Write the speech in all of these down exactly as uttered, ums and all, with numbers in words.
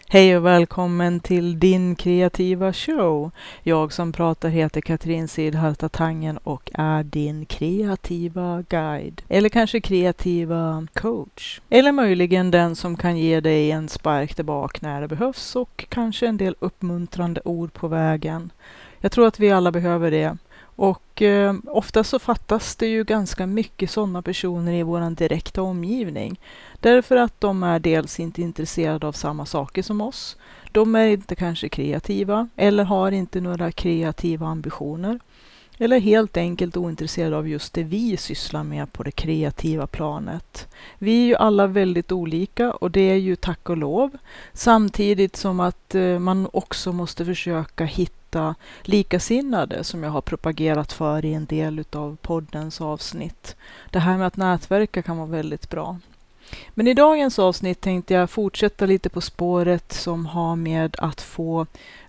Hej och välkommen till din kreativa show. Jag som pratar heter Katrin Sidharta Tangen och är din kreativa guide. Eller kanske kreativa coach. Eller möjligen den som kan ge dig en spark tillbaka när det behövs och kanske en del uppmuntrande ord på vägen. Jag tror att vi alla behöver det. Och eh, ofta så fattas det ju ganska mycket sådana personer i vår direkta omgivning. Därför att de är dels inte intresserade av samma saker som oss. De är inte kanske kreativa eller har inte några kreativa ambitioner. Eller helt enkelt ointresserade av just det vi sysslar med på det kreativa planet. Vi är ju alla väldigt olika och det är ju tack och lov. Samtidigt som att eh, man också måste försöka hitta likasinnade som jag har propagerat för i en del av poddens avsnitt. Det här med att nätverka kan vara väldigt bra. Men i dagens avsnitt tänkte jag fortsätta lite på spåret som har med att få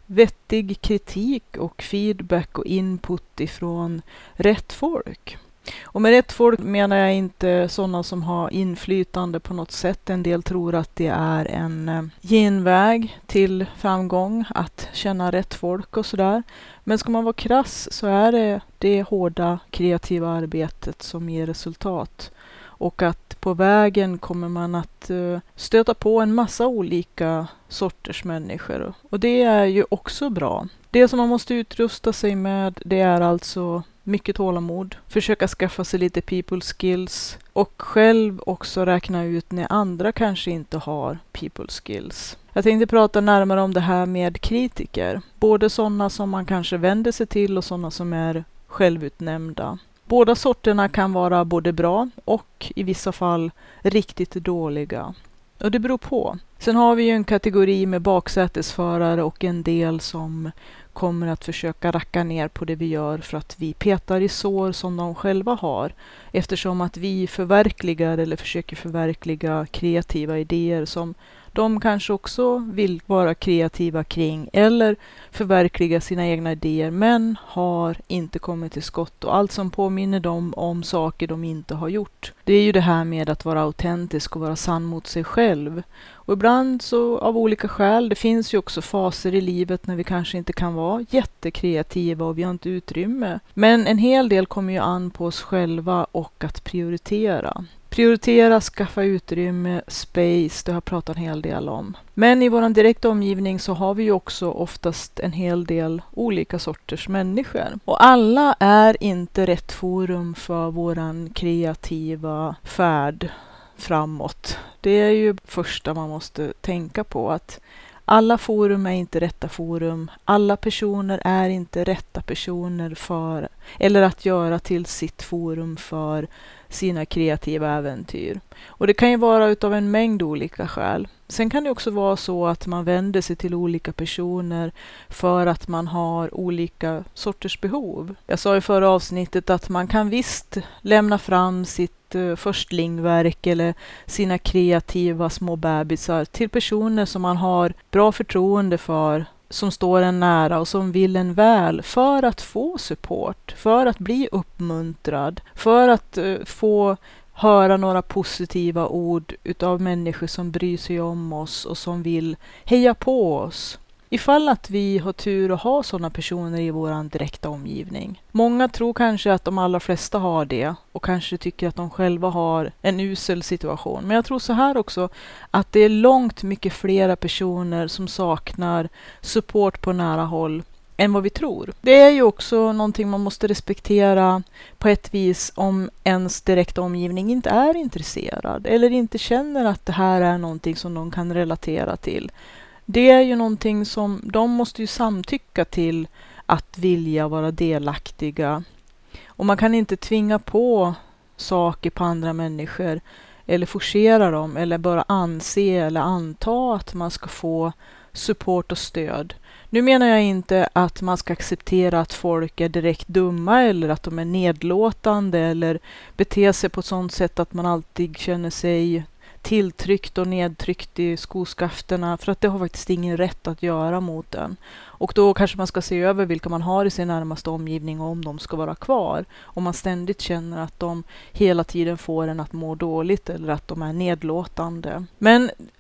vettig kritik och feedback och input ifrån rätt folk. Och med rätt folk menar jag inte sådana som har inflytande på något sätt. En del tror att det är en genväg till framgång att känna rätt folk och sådär. Men ska man vara krass så är det det hårda kreativa arbetet som ger resultat. Och att på vägen kommer man att stöta på en massa olika sorters människor. Och det är ju också bra. Det som man måste utrusta sig med, det är alltså mycket tålamod. Försöka skaffa sig lite people skills. Och själv också räkna ut när andra kanske inte har people skills. Jag tänkte prata närmare om det här med kritiker. Både sådana som man kanske vänder sig till och sådana som är självutnämnda. Båda sorterna kan vara både bra och i vissa fall riktigt dåliga. Och det beror på. Sen har vi ju en kategori med baksätesförare och en del som kommer att försöka racka ner på det vi gör för att vi petar i sår som de själva har. Eftersom att vi förverkligar eller försöker förverkliga kreativa idéer som de kanske också vill vara kreativa kring eller förverkliga sina egna idéer men har inte kommit till skott och allt som påminner dem om saker de inte har gjort. Det är ju det här med att vara autentisk och vara sann mot sig själv. Och ibland så av olika skäl, det finns ju också faser i livet när vi kanske inte kan vara jättekreativa och vi har inte utrymme. Men en hel del kommer ju an på oss själva och att prioritera. Prioritera, skaffa utrymme, space, det har jag pratat en hel del om. Men i vår direkta omgivning så har vi ju också oftast en hel del olika sorters människor. Och alla är inte rätt forum för våran kreativa färd framåt. Det är ju första man måste tänka på, att alla forum är inte rätta forum. Alla personer är inte rätta personer för, eller att göra till sitt forum för sina kreativa äventyr. Och det kan ju vara utav en mängd olika skäl. Sen kan det också vara så att man vänder sig till olika personer för att man har olika sorters behov. Jag sa i förra avsnittet att man kan visst lämna fram sitt uh, förstlingverk eller sina kreativa små bebisar till personer som man har bra förtroende för, som står en nära och som vill en väl för att få support, för att bli uppmuntrad, för att uh, få höra några positiva ord utav människor som bryr sig om oss och som vill heja på oss. Ifall att vi har tur att ha sådana personer i vår direkta omgivning. Många tror kanske att de allra flesta har det och kanske tycker att de själva har en usel situation. Men jag tror så här också att det är långt mycket flera personer som saknar support på nära håll än vad vi tror. Det är ju också någonting man måste respektera på ett vis om ens direkta omgivning inte är intresserad eller inte känner att det här är någonting som de kan relatera till. Det är ju någonting som de måste ju samtycka till att vilja vara delaktiga. Och man kan inte tvinga på saker på andra människor eller forcera dem eller bara anse eller anta att man ska få support och stöd. Nu menar jag inte att man ska acceptera att folk är direkt dumma eller att de är nedlåtande eller beter sig på ett sådant sätt att man alltid känner sig tilltryckt och nedtryckt i skoskafterna, för att det har faktiskt ingen rätt att göra mot den. Och då kanske man ska se över vilka man har i sin närmaste omgivning och om de ska vara kvar. Om man ständigt känner att de hela tiden får en att må dåligt eller att de är nedlåtande. Men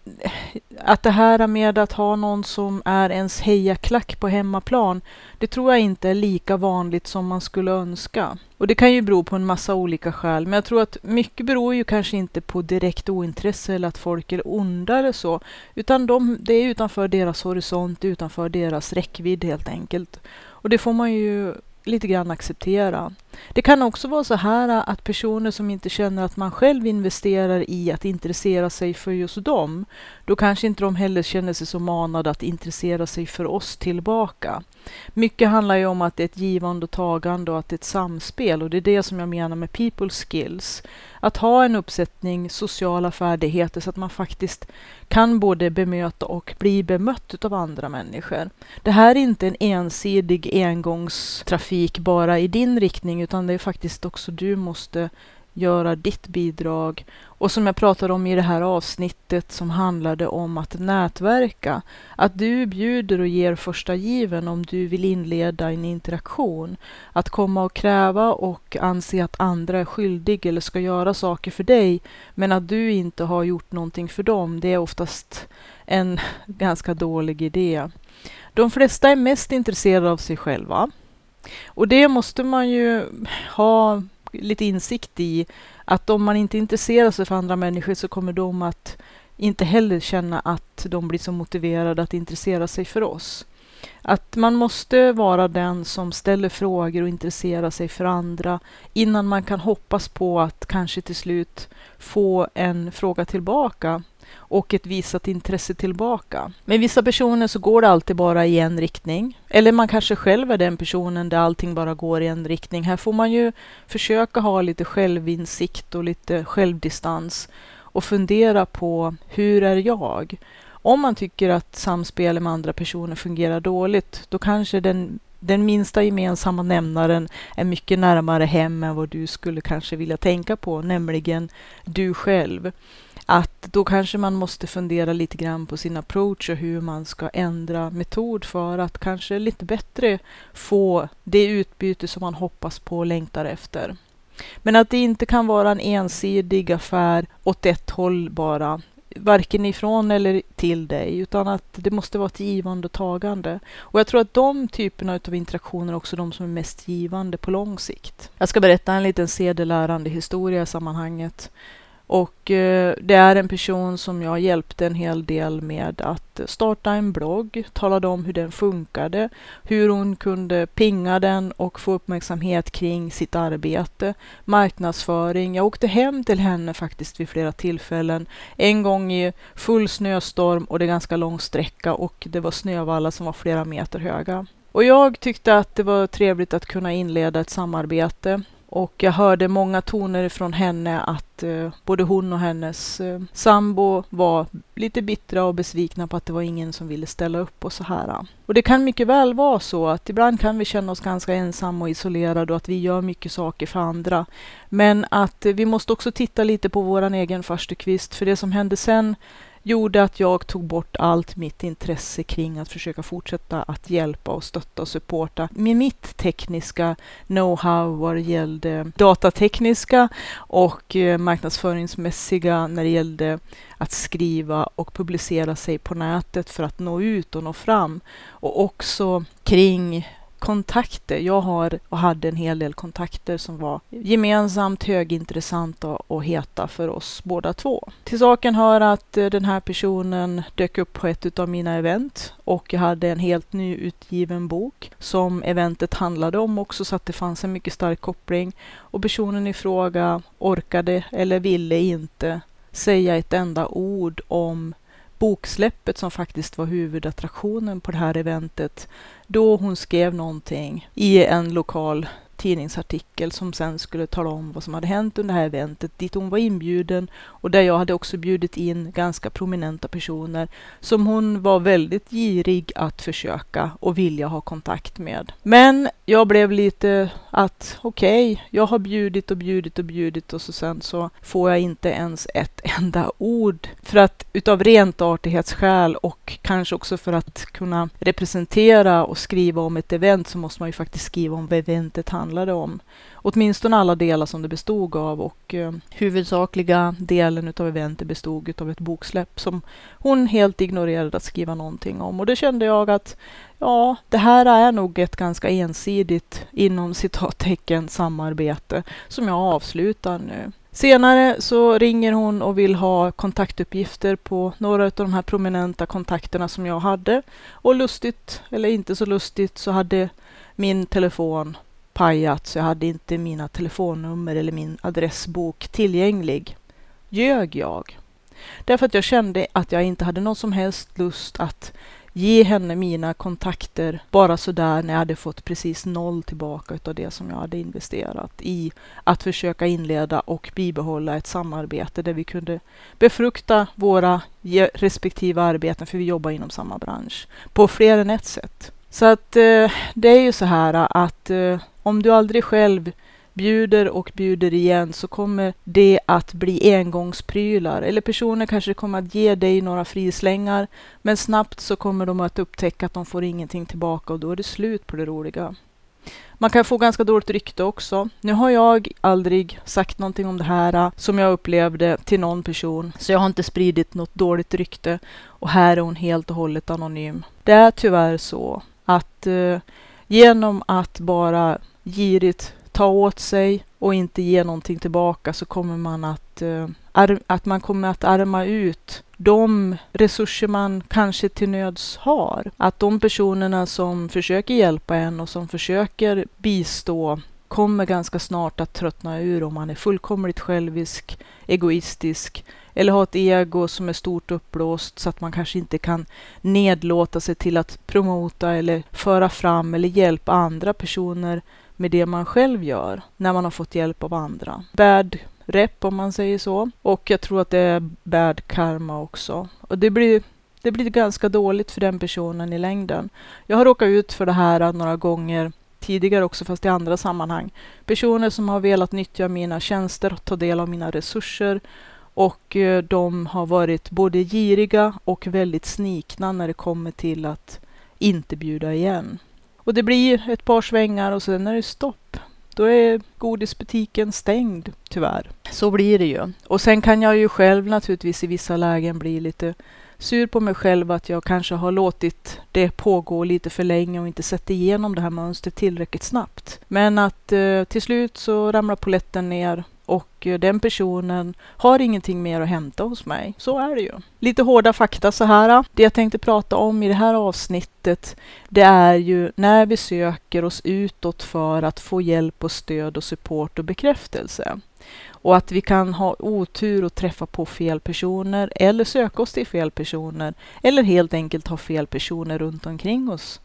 att det här med att ha någon som är ens hejaklack på hemmaplan, det tror jag inte är lika vanligt som man skulle önska. Och det kan ju bero på en massa olika skäl, men jag tror att mycket beror ju kanske inte på direkt ointresse eller att folk är onda eller så, utan de, det är utanför deras horisont, utanför deras räckvidd helt enkelt. Och det får man ju lite grann acceptera. Det kan också vara så här att personer som inte känner att man själv investerar i att intressera sig för just dem, då kanske inte de heller känner sig så manade att intressera sig för oss tillbaka. Mycket handlar ju om att det är ett givande och tagande och att det är ett samspel, och det är det som jag menar med people skills. Att ha en uppsättning sociala färdigheter så att man faktiskt kan både bemöta och bli bemött av andra människor. Det här är inte en ensidig engångstrafik bara i din riktning, utan det är faktiskt också du måste göra ditt bidrag. Och som jag pratade om i det här avsnittet som handlade om att nätverka, att du bjuder och ger första given om du vill inleda en interaktion. Att komma och kräva och anse att andra är skyldiga eller ska göra saker för dig, men att du inte har gjort någonting för dem, det är oftast en ganska dålig idé. De flesta är mest intresserade av sig själva. Och det måste man ju ha lite insikt i, att om man inte intresserar sig för andra människor så kommer de att inte heller känna att de blir så motiverade att intressera sig för oss. Att man måste vara den som ställer frågor och intresserar sig för andra innan man kan hoppas på att kanske till slut få en fråga tillbaka och ett visat intresse tillbaka. Med vissa personer så går det alltid bara i en riktning. Eller man kanske själv är den personen där allting bara går i en riktning. Här får man ju försöka ha lite självinsikt och lite självdistans och fundera på hur är jag? Om man tycker att samspel med andra personer fungerar dåligt, då kanske den, den minsta gemensamma nämnaren är mycket närmare hem än vad du skulle kanske vilja tänka på, nämligen du själv. Att då kanske man måste fundera lite grann på sin approach och hur man ska ändra metod för att kanske lite bättre få det utbyte som man hoppas på och längtar efter. Men att det inte kan vara en ensidig affär åt ett håll bara, varken ifrån eller till dig, utan att det måste vara ett givande och tagande. Och jag tror att de typerna av interaktioner är också de som är mest givande på lång sikt. Jag ska berätta en liten sedelärande historia i sammanhanget. Och eh, det är en person som jag hjälpte en hel del med att starta en blogg, talade om hur den funkade, hur hon kunde pinga den och få uppmärksamhet kring sitt arbete, marknadsföring. Jag åkte hem till henne faktiskt vid flera tillfällen, en gång i full snöstorm och det är ganska lång sträcka och det var snövallar som var flera meter höga. Och jag tyckte att det var trevligt att kunna inleda ett samarbete. Och jag hörde många toner från henne att eh, både hon och hennes eh, sambo var lite bittra och besvikna på att det var ingen som ville ställa upp och så här. Och det kan mycket väl vara så att ibland kan vi känna oss ganska ensamma och isolerade och att vi gör mycket saker för andra. Men att eh, vi måste också titta lite på våran egen farstukvist, för det som hände sen gjorde att jag tog bort allt mitt intresse kring att försöka fortsätta att hjälpa och stötta och supporta med mitt tekniska know-how vad det gällde datatekniska och eh, marknadsföringsmässiga när det gällde att skriva och publicera sig på nätet för att nå ut och nå fram, och också kring kontakter. Jag har och hade en hel del kontakter som var gemensamt högintressanta och heta för oss båda två. Till saken hör att den här personen dök upp på ett av mina event och jag hade en helt ny utgiven bok som eventet handlade om också, så att det fanns en mycket stark koppling, och personen i fråga orkade eller ville inte säga ett enda ord om boksläppet som faktiskt var huvudattraktionen på det här eventet, då hon skrev någonting i en lokal tidningsartikel som sen skulle tala om vad som hade hänt under det här eventet dit hon var inbjuden, och där jag hade också bjudit in ganska prominenta personer som hon var väldigt girig att försöka och vilja ha kontakt med. Men jag blev lite att okej, okay, jag har bjudit och bjudit och bjudit och så sen så får jag inte ens ett enda ord, för att utav rent artighetsskäl och kanske också för att kunna representera och skriva om ett event så måste man ju faktiskt skriva om vad eventet handlar handlade om. Åtminstone alla delar som det bestod av, och eh, huvudsakliga delen utav eventet bestod utav ett boksläpp som hon helt ignorerade att skriva någonting om. Och det kände jag att ja, det här är nog ett ganska ensidigt inom citattecken samarbete som jag avslutar nu. Senare så ringer hon och vill ha kontaktuppgifter på några av de här prominenta kontakterna som jag hade. Och lustigt, eller inte så lustigt, så hade min telefon pajat, så jag hade inte mina telefonnummer eller min adressbok tillgänglig. Ljög jag? Därför att jag kände att jag inte hade någon som helst lust att ge henne mina kontakter bara sådär när jag hade fått precis noll tillbaka utav det som jag hade investerat i att försöka inleda och bibehålla ett samarbete där vi kunde befrukta våra respektive arbeten, för vi jobbar inom samma bransch på fler än ett sätt. Så att eh, det är ju så här att eh, om du aldrig själv bjuder och bjuder igen så kommer det att bli engångsprylar. Eller personer kanske kommer att ge dig några frislängar, men snabbt så kommer de att upptäcka att de får ingenting tillbaka och då är det slut på det roliga. Man kan få ganska dåligt rykte också. Nu har jag aldrig sagt någonting om det här som jag upplevde till någon person, så jag har inte spridit något dåligt rykte, och här är hon helt och hållet anonym. Det är tyvärr så att eh, genom att bara girigt ta åt sig och inte ge någonting tillbaka så kommer man att, uh, ar- att man kommer att arma ut de resurser man kanske till nöds har. Att de personerna som försöker hjälpa en och som försöker bistå kommer ganska snart att tröttna ur om man är fullkomligt självisk, egoistisk eller har ett ego som är stort uppblåst så att man kanske inte kan nedlåta sig till att promota eller föra fram eller hjälpa andra personer med det man själv gör när man har fått hjälp av andra. Bad rep om man säger så. Och jag tror att det är bad karma också. Och det blir, det blir ganska dåligt för den personen i längden. Jag har råkat ut för det här några gånger tidigare också, fast i andra sammanhang. Personer som har velat nyttja mina tjänster och ta del av mina resurser. Och de har varit både giriga och väldigt snikna när det kommer till att inte bjuda igen. Och det blir ett par svängar och sen är det stopp. Då är godisbutiken stängd, tyvärr. Så blir det ju. Och sen kan jag ju själv naturligtvis i vissa lägen bli lite sur på mig själv att jag kanske har låtit det pågå lite för länge och inte sett igenom det här mönstret tillräckligt snabbt. Men att eh, till slut så ramlar poletten ner och eh, den personen har ingenting mer att hämta hos mig. Så är det ju. Lite hårda fakta så här. Det jag tänkte prata om i det här avsnittet, det är ju när vi söker oss utåt för att få hjälp och stöd och support och bekräftelse. Och att vi kan ha otur och träffa på fel personer eller söka oss till fel personer eller helt enkelt ha fel personer runt omkring oss.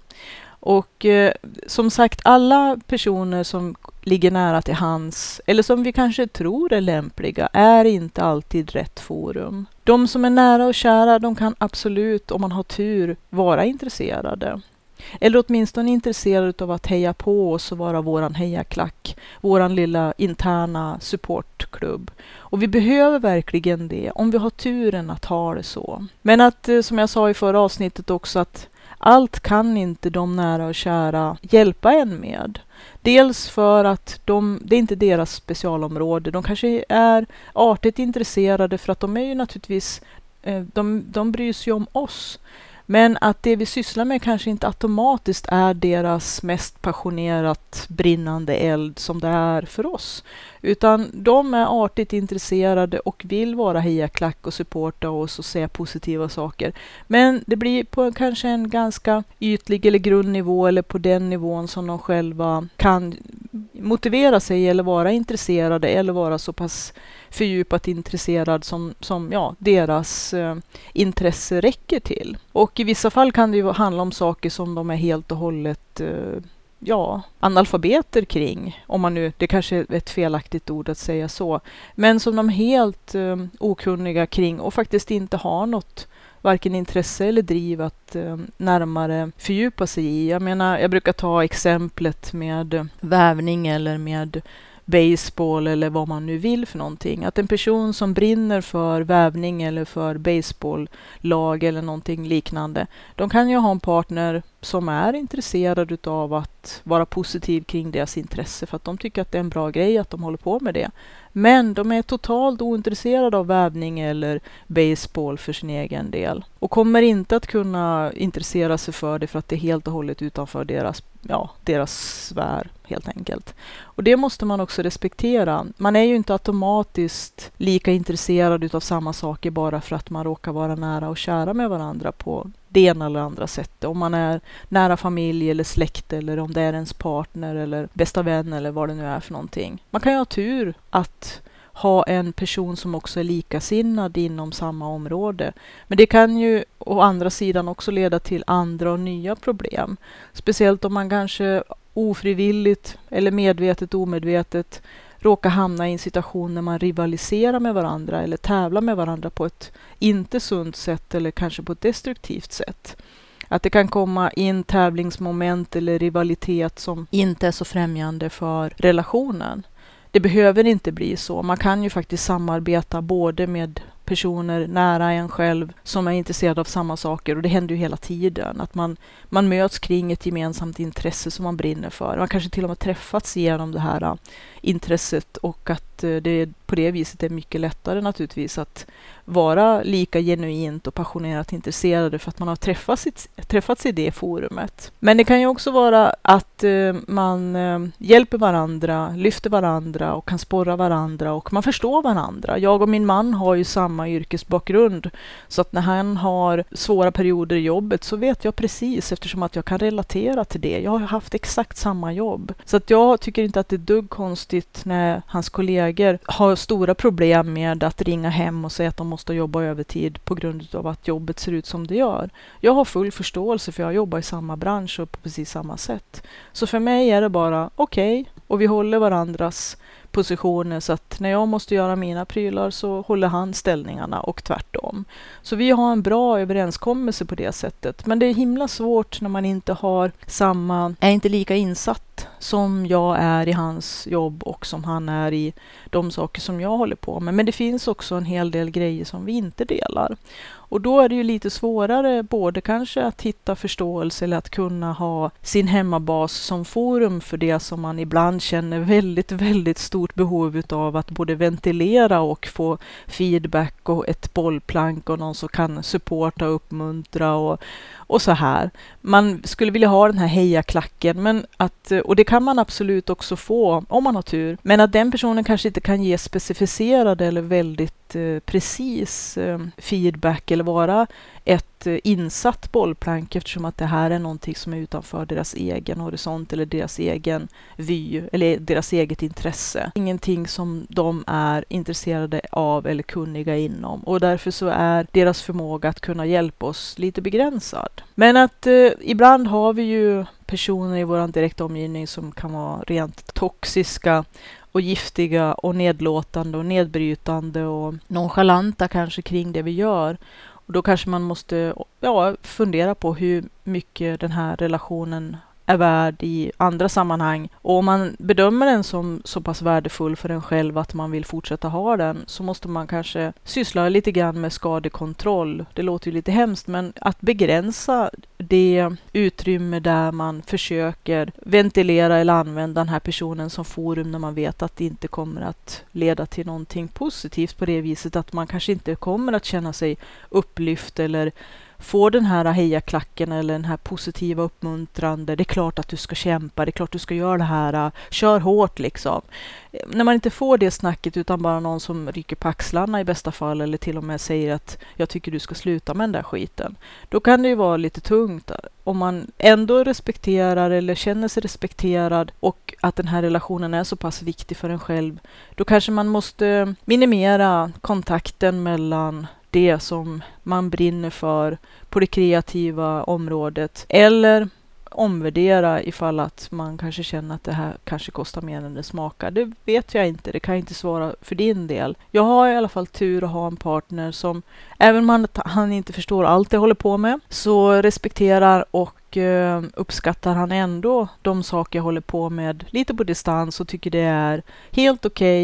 Och eh, som sagt, alla personer som ligger nära till hands eller som vi kanske tror är lämpliga är inte alltid rätt forum. De som är nära och kära, de kan absolut, om man har tur, vara intresserade. Eller åtminstone intresserade av att heja på oss och vara våran hejaklack, våran lilla interna supportklubb. Och vi behöver verkligen det, om vi har turen att ha det så. Men att, som jag sa i förra avsnittet också, att allt kan inte de nära och kära hjälpa en med. Dels för att de, det är inte deras specialområde. De kanske är artigt intresserade för att de är ju naturligtvis, de, de bryr sig om oss. Men att det vi sysslar med kanske inte automatiskt är deras mest passionerat brinnande eld som det är för oss. Utan de är artigt intresserade och vill vara hejaklack och supporta oss och säga positiva saker. Men det blir på kanske en ganska ytlig eller grundnivå eller på den nivån som de själva kan motivera sig eller vara intresserade eller vara så pass fördjupat intresserad som, som ja, deras eh, intresse räcker till. Och i vissa fall kan det ju handla om saker som de är helt och hållet eh, ja, analfabeter kring. Om man nu, det kanske är ett felaktigt ord att säga så. Men som de är helt eh, okunniga kring och faktiskt inte har något varken intresse eller driv att eh, närmare fördjupa sig i. Jag menar, jag brukar ta exemplet med vävning eller med baseball eller vad man nu vill för någonting. Att en person som brinner för vävning eller för baseballlag eller någonting liknande, de kan ju ha en partner som är intresserade av att vara positiv kring deras intresse för att de tycker att det är en bra grej att de håller på med det. Men de är totalt ointresserade av vävning eller baseball för sin egen del och kommer inte att kunna intressera sig för det för att det är helt och hållet utanför deras, ja, deras sfär helt enkelt. Och det måste man också respektera. Man är ju inte automatiskt lika intresserad av samma saker bara för att man råkar vara nära och kära med varandra på det ena eller andra sättet. Om man är nära familj eller släkt eller om det är ens partner eller bästa vän eller vad det nu är för någonting. Man kan ju ha tur att ha en person som också är likasinnad inom samma område. Men det kan ju å andra sidan också leda till andra och nya problem. Speciellt om man kanske ofrivilligt eller medvetet omedvetet råkar hamna i en situation när man rivaliserar med varandra eller tävlar med varandra på ett inte sunt sätt eller kanske på ett destruktivt sätt. Att det kan komma in tävlingsmoment eller rivalitet som inte är så främjande för relationen. Det behöver inte bli så. Man kan ju faktiskt samarbeta både med personer nära en själv som är intresserade av samma saker och det händer ju hela tiden. Att man, man möts kring ett gemensamt intresse som man brinner för. Man kanske till och med träffats genom det här uh, intresset och att uh, det på det viset är mycket lättare naturligtvis att vara lika genuint och passionerat intresserade för att man har träffats i, träffats i det forumet. Men det kan ju också vara att uh, man uh, hjälper varandra, lyfter varandra och kan sporra varandra och man förstår varandra. Jag och min man har ju samma yrkesbakgrund så att när han har svåra perioder i jobbet så vet jag precis eftersom att jag kan relatera till det. Jag har haft exakt samma jobb. Så att jag tycker inte att det är dugg konstigt när hans kollegor har stora problem med att ringa hem och säga att de måste jobba övertid på grund av att jobbet ser ut som det gör. Jag har full förståelse för jag jobbar i samma bransch och på precis samma sätt. Så för mig är det bara okej okay, och vi håller varandras positioner så att när jag måste göra mina prylar så håller han ställningarna och tvärtom. Så vi har en bra överenskommelse på det sättet. Men det är himla svårt när man inte har samma, är inte lika insatt som jag är i hans jobb och som han är i de saker som jag håller på med. Men det finns också en hel del grejer som vi inte delar. Och då är det ju lite svårare både kanske att hitta förståelse eller att kunna ha sin hemmabas som forum för det som man ibland känner väldigt, väldigt stort behov av att både ventilera och få feedback och ett bollplank och någon som kan supporta och uppmuntra och, och så här. Man skulle vilja ha den här hejaklacken, men att, och det kan man absolut också få om man har tur. Men att den personen kanske inte kan ge specificerad eller väldigt eh, precis eh, feedback eller vara ett eh, insatt bollplank eftersom att det här är någonting som är utanför deras egen horisont eller deras egen vy eller deras eget intresse. Ingenting som de är intresserade av eller kunniga inom och därför så är deras förmåga att kunna hjälpa oss lite begränsad. Men att eh, ibland har vi ju personer i vår direkta omgivning som kan vara rent toxiska och giftiga och nedlåtande och nedbrytande och nonchalanta kanske kring det vi gör. Och då kanske man måste ja, fundera på hur mycket den här relationen är värd i andra sammanhang. Och om man bedömer den som så pass värdefull för en själv att man vill fortsätta ha den så måste man kanske syssla lite grann med skadekontroll. Det låter ju lite hemskt men att begränsa det utrymme där man försöker ventilera eller använda den här personen som forum när man vet att det inte kommer att leda till någonting positivt på det viset att man kanske inte kommer att känna sig upplyft eller få den här hejaklacken eller den här positiva uppmuntrande. Det är klart att du ska kämpa, det är klart du ska göra det här, kör hårt liksom. När man inte får det snacket utan bara någon som rycker på axlarna i bästa fall eller till och med säger att jag tycker du ska sluta med den där skiten. Då kan det ju vara lite tungt om man ändå respekterar eller känner sig respekterad och att den här relationen är så pass viktig för en själv. Då kanske man måste minimera kontakten mellan det som man brinner för på det kreativa området eller omvärdera ifall att man kanske känner att det här kanske kostar mer än det smakar. Det vet jag inte, det kan jag inte svara för din del. Jag har i alla fall tur att ha en partner som, även om han inte förstår allt jag håller på med, så respekterar och uh, uppskattar han ändå de saker jag håller på med lite på distans och tycker det är helt okej.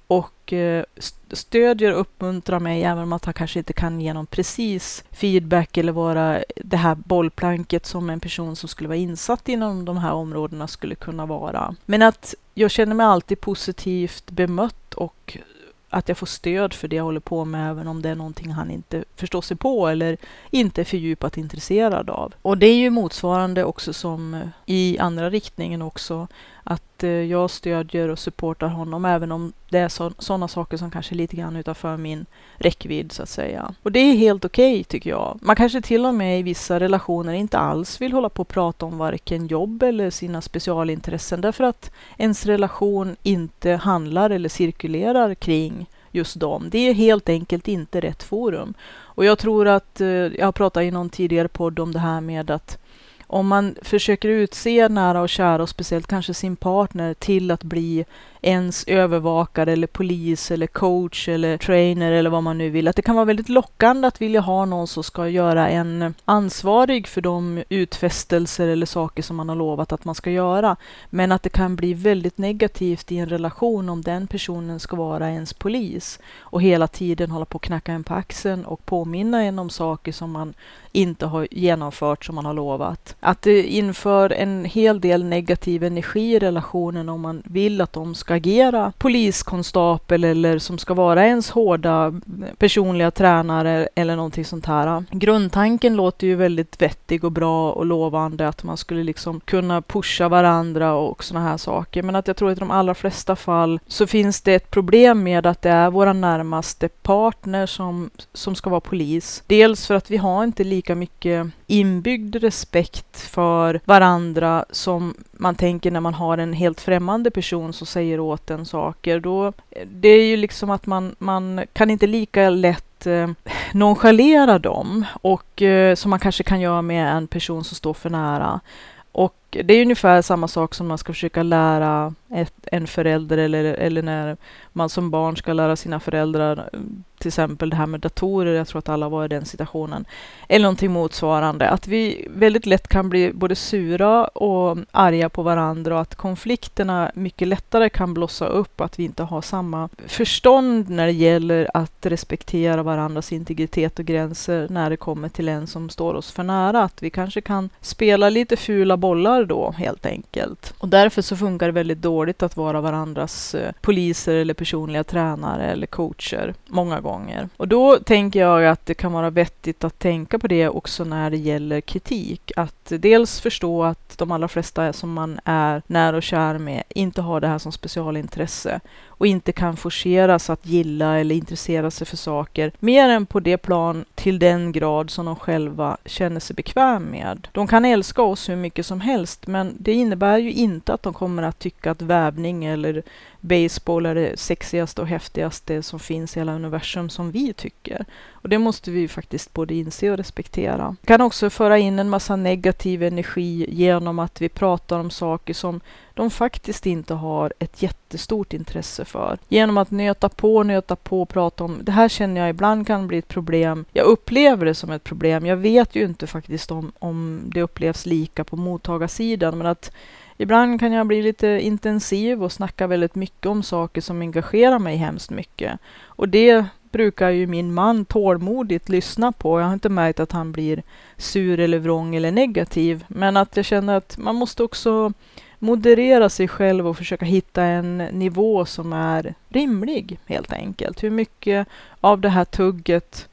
och eh, stödjer och uppmuntrar mig, även om att han kanske inte kan ge någon precis feedback eller vara det här bollplanket som en person som skulle vara insatt inom de här områdena skulle kunna vara. Men att jag känner mig alltid positivt bemött och att jag får stöd för det jag håller på med, även om det är någonting han inte förstår sig på eller inte är fördjupat intresserad av. Och det är ju motsvarande också som i andra riktningen också, att jag stödjer och supportar honom även om det är så, sådana saker som kanske är lite grann utanför min räckvidd så att säga. Och det är helt okej okay, tycker jag. Man kanske till och med i vissa relationer inte alls vill hålla på och prata om varken jobb eller sina specialintressen, därför att ens relation inte handlar eller cirkulerar kring just dem. Det är helt enkelt inte rätt forum. Och jag tror att, jag har pratat i någon tidigare podd om det här med att om man försöker utse nära och kära och speciellt kanske sin partner till att bli ens övervakare eller polis eller coach eller trainer eller vad man nu vill. Att det kan vara väldigt lockande att vilja ha någon som ska göra en ansvarig för de utfästelser eller saker som man har lovat att man ska göra. Men att det kan bli väldigt negativt i en relation om den personen ska vara ens polis och hela tiden hålla på att knacka en på axeln och påminna en om saker som man inte har genomfört som man har lovat. Att det inför en hel del negativ energi i relationen om man vill att de ska agera poliskonstapel eller som ska vara ens hårda personliga tränare eller någonting sånt här. Grundtanken låter ju väldigt vettig och bra och lovande, att man skulle liksom kunna pusha varandra och såna här saker. Men att jag tror att i de allra flesta fall så finns det ett problem med att det är våra närmaste partner som, som ska vara polis. Dels för att vi har inte lika mycket inbyggd respekt för varandra som man tänker när man har en helt främmande person som säger åt en saker. Då, det är ju liksom att man, man kan inte lika lätt eh, nonchalera dem och eh, som man kanske kan göra med en person som står för nära. Och det är ungefär samma sak som man ska försöka lära ett, en förälder eller, eller när man som barn ska lära sina föräldrar till exempel det här med datorer. Jag tror att alla var i den situationen. Eller någonting motsvarande. Att vi väldigt lätt kan bli både sura och arga på varandra och att konflikterna mycket lättare kan blossa upp. Att vi inte har samma förstånd när det gäller att respektera varandras integritet och gränser när det kommer till en som står oss för nära. Att vi kanske kan spela lite fula bollar då helt enkelt. Och därför så funkar det väldigt dåligt att vara varandras eh, poliser eller personliga tränare eller coacher många gånger. Och då tänker jag att det kan vara vettigt att tänka på det också när det gäller kritik. Att dels förstå att de allra flesta som man är nära och kär med inte har det här som specialintresse och inte kan forceras att gilla eller intressera sig för saker mer än på det plan till den grad som de själva känner sig bekväm med. De kan älska oss hur mycket som helst, men det innebär ju inte att de kommer att tycka att vävning eller baseball är det sexigaste och häftigaste som finns i hela universum som vi tycker. Och det måste vi faktiskt både inse och respektera. Vi kan också föra in en massa negativ energi genom att vi pratar om saker som de faktiskt inte har ett jättestort intresse för. Genom att nöta på, nöta på och prata om det här känner jag ibland kan bli ett problem. Jag upplever det som ett problem. Jag vet ju inte faktiskt om, om det upplevs lika på mottagarsidan, men att ibland kan jag bli lite intensiv och snacka väldigt mycket om saker som engagerar mig hemskt mycket. Och det brukar ju min man tålmodigt lyssna på. Jag har inte märkt att han blir sur eller vrång eller negativ. Men att jag känner att man måste också moderera sig själv och försöka hitta en nivå som är rimlig helt enkelt. Hur mycket av det här tugget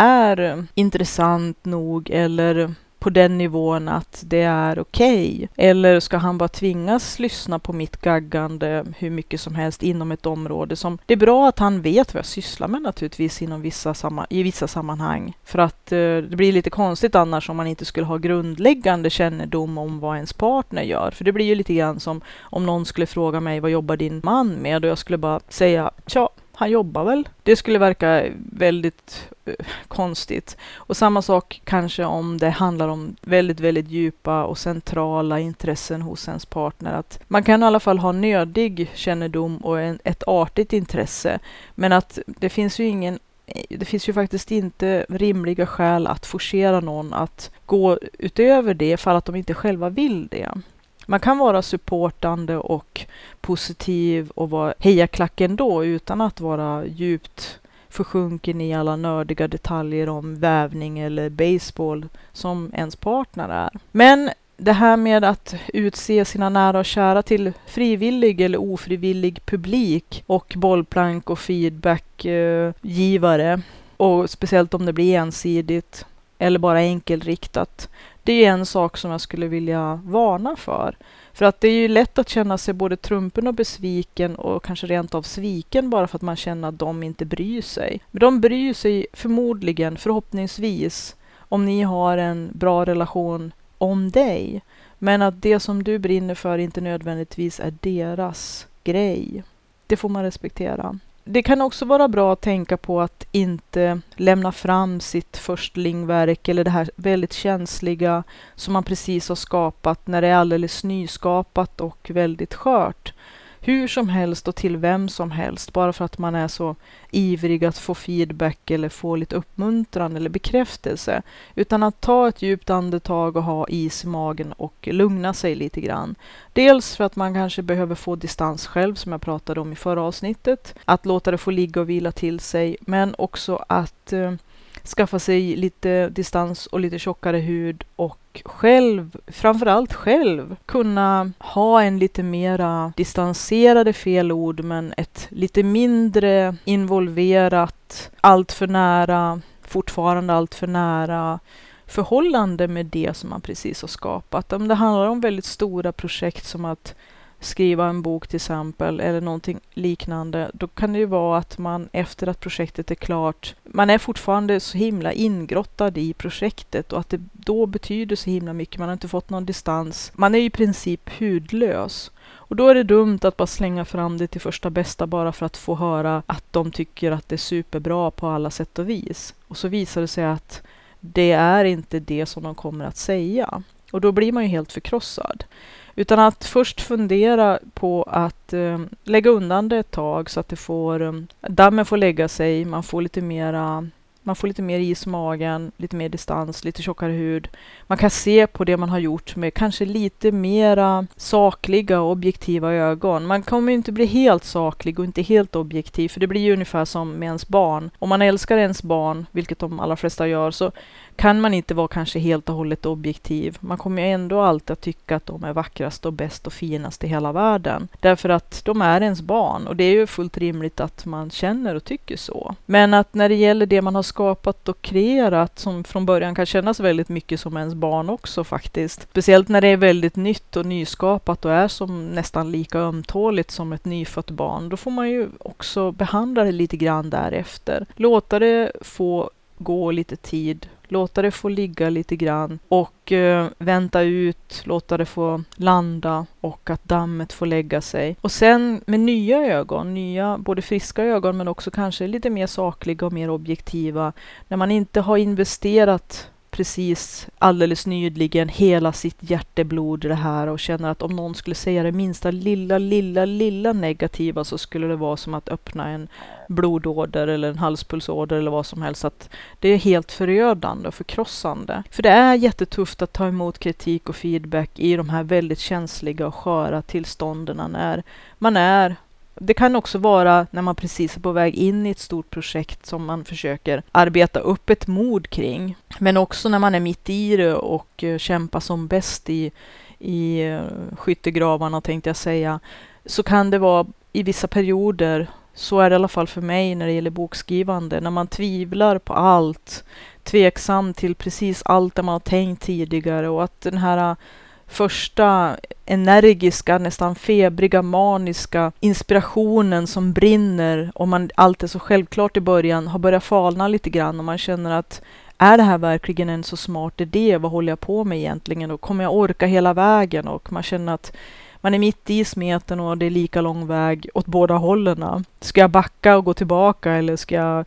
är intressant nog eller på den nivån att det är okej. Okay. Eller ska han bara tvingas lyssna på mitt gaggande hur mycket som helst inom ett område som det är bra att han vet vad jag sysslar med naturligtvis inom vissa samma, i vissa sammanhang. För att eh, det blir lite konstigt annars om man inte skulle ha grundläggande kännedom om vad ens partner gör. För det blir ju lite grann som om någon skulle fråga mig vad jobbar din man med och jag skulle bara säga tja, han jobbar väl. Det skulle verka väldigt uh, konstigt. Och samma sak kanske om det handlar om väldigt, väldigt djupa och centrala intressen hos ens partner. Att man kan i alla fall ha nödig kännedom och en, ett artigt intresse. Men att det finns ju ingen det finns ju faktiskt inte rimliga skäl att forcera någon att gå utöver det för att de inte själva vill det. Man kan vara supportande och positiv och vara hejaklack ändå utan att vara djupt försjunken i alla nördiga detaljer om vävning eller baseball som ens partner är. Men det här med att utse sina nära och kära till frivillig eller ofrivillig publik och bollplank och feedbackgivare, och speciellt om det blir ensidigt eller bara enkelriktat, det är en sak som jag skulle vilja varna för. För att det är ju lätt att känna sig både trumpen och besviken och kanske rent av sviken bara för att man känner att de inte bryr sig. Men de bryr sig förmodligen, förhoppningsvis, om ni har en bra relation om dig. Men att det som du brinner för inte nödvändigtvis är deras grej. Det får man respektera. Det kan också vara bra att tänka på att inte lämna fram sitt förstlingverk eller det här väldigt känsliga som man precis har skapat när det är alldeles nyskapat och väldigt skört. Hur som helst och till vem som helst, bara för att man är så ivrig att få feedback eller få lite uppmuntran eller bekräftelse. Utan att ta ett djupt andetag och ha is i magen och lugna sig lite grann. Dels för att man kanske behöver få distans själv, som jag pratade om i förra avsnittet. Att låta det få ligga och vila till sig, men också att eh, skaffa sig lite distans och lite tjockare hud och själv, framförallt själv, kunna ha en lite mera distanserade felord men ett lite mindre involverat, allt för nära, fortfarande allt för nära förhållande med det som man precis har skapat. Om det handlar om väldigt stora projekt som att skriva en bok till exempel eller någonting liknande, då kan det ju vara att man efter att projektet är klart, man är fortfarande så himla ingrottad i projektet och att det då betyder så himla mycket. Man har inte fått någon distans. Man är i princip hudlös. Och då är det dumt att bara slänga fram det till första bästa bara för att få höra att de tycker att det är superbra på alla sätt och vis. Och så visar det sig att det är inte det som de kommer att säga. Och då blir man ju helt förkrossad. Utan att först fundera på att eh, lägga undan det ett tag så att det får, eh, dammen får lägga sig, man får lite mera, man får lite mer is i magen, lite mer distans, lite tjockare hud. Man kan se på det man har gjort med kanske lite mera sakliga och objektiva ögon. Man kommer ju inte bli helt saklig och inte helt objektiv, för det blir ju ungefär som med ens barn. Om man älskar ens barn, vilket de allra flesta gör, så kan man inte vara kanske helt och hållet objektiv. Man kommer ju ändå alltid att tycka att de är vackrast och bäst och finast i hela världen. Därför att de är ens barn och det är ju fullt rimligt att man känner och tycker så. Men att när det gäller det man har skapat och kreerat, som från början kan kännas väldigt mycket som ens barn också faktiskt. Speciellt när det är väldigt nytt och nyskapat och är som nästan lika ömtåligt som ett nyfött barn. Då får man ju också behandla det lite grann därefter. Låta det få gå lite tid. Låta det få ligga lite grann och eh, vänta ut, låta det få landa och att dammet får lägga sig. Och sen med nya ögon, nya både friska ögon men också kanske lite mer sakliga och mer objektiva. När man inte har investerat precis alldeles nyligen hela sitt hjärteblod i det här och känner att om någon skulle säga det minsta lilla, lilla, lilla negativa så skulle det vara som att öppna en blodåder eller en halspulsåder eller vad som helst. Att det är helt förödande och förkrossande. För det är jättetufft att ta emot kritik och feedback i de här väldigt känsliga och sköra tillstånden när man är. Det kan också vara när man precis är på väg in i ett stort projekt som man försöker arbeta upp ett mod kring. Men också när man är mitt i det och uh, kämpar som bäst i, i uh, skyttegravarna tänkte jag säga. Så kan det vara i vissa perioder, så är det i alla fall för mig när det gäller bokskrivande. När man tvivlar på allt, tveksam till precis allt det man har tänkt tidigare och att den här uh, första energiska, nästan febriga, maniska inspirationen som brinner och man allt är så självklart i början har börjat falna lite grann och man känner att är det här verkligen en så smart idé? Vad håller jag på med egentligen? Och kommer jag orka hela vägen? Och man känner att man är mitt i smeten och det är lika lång väg åt båda hållen. Ska jag backa och gå tillbaka eller ska jag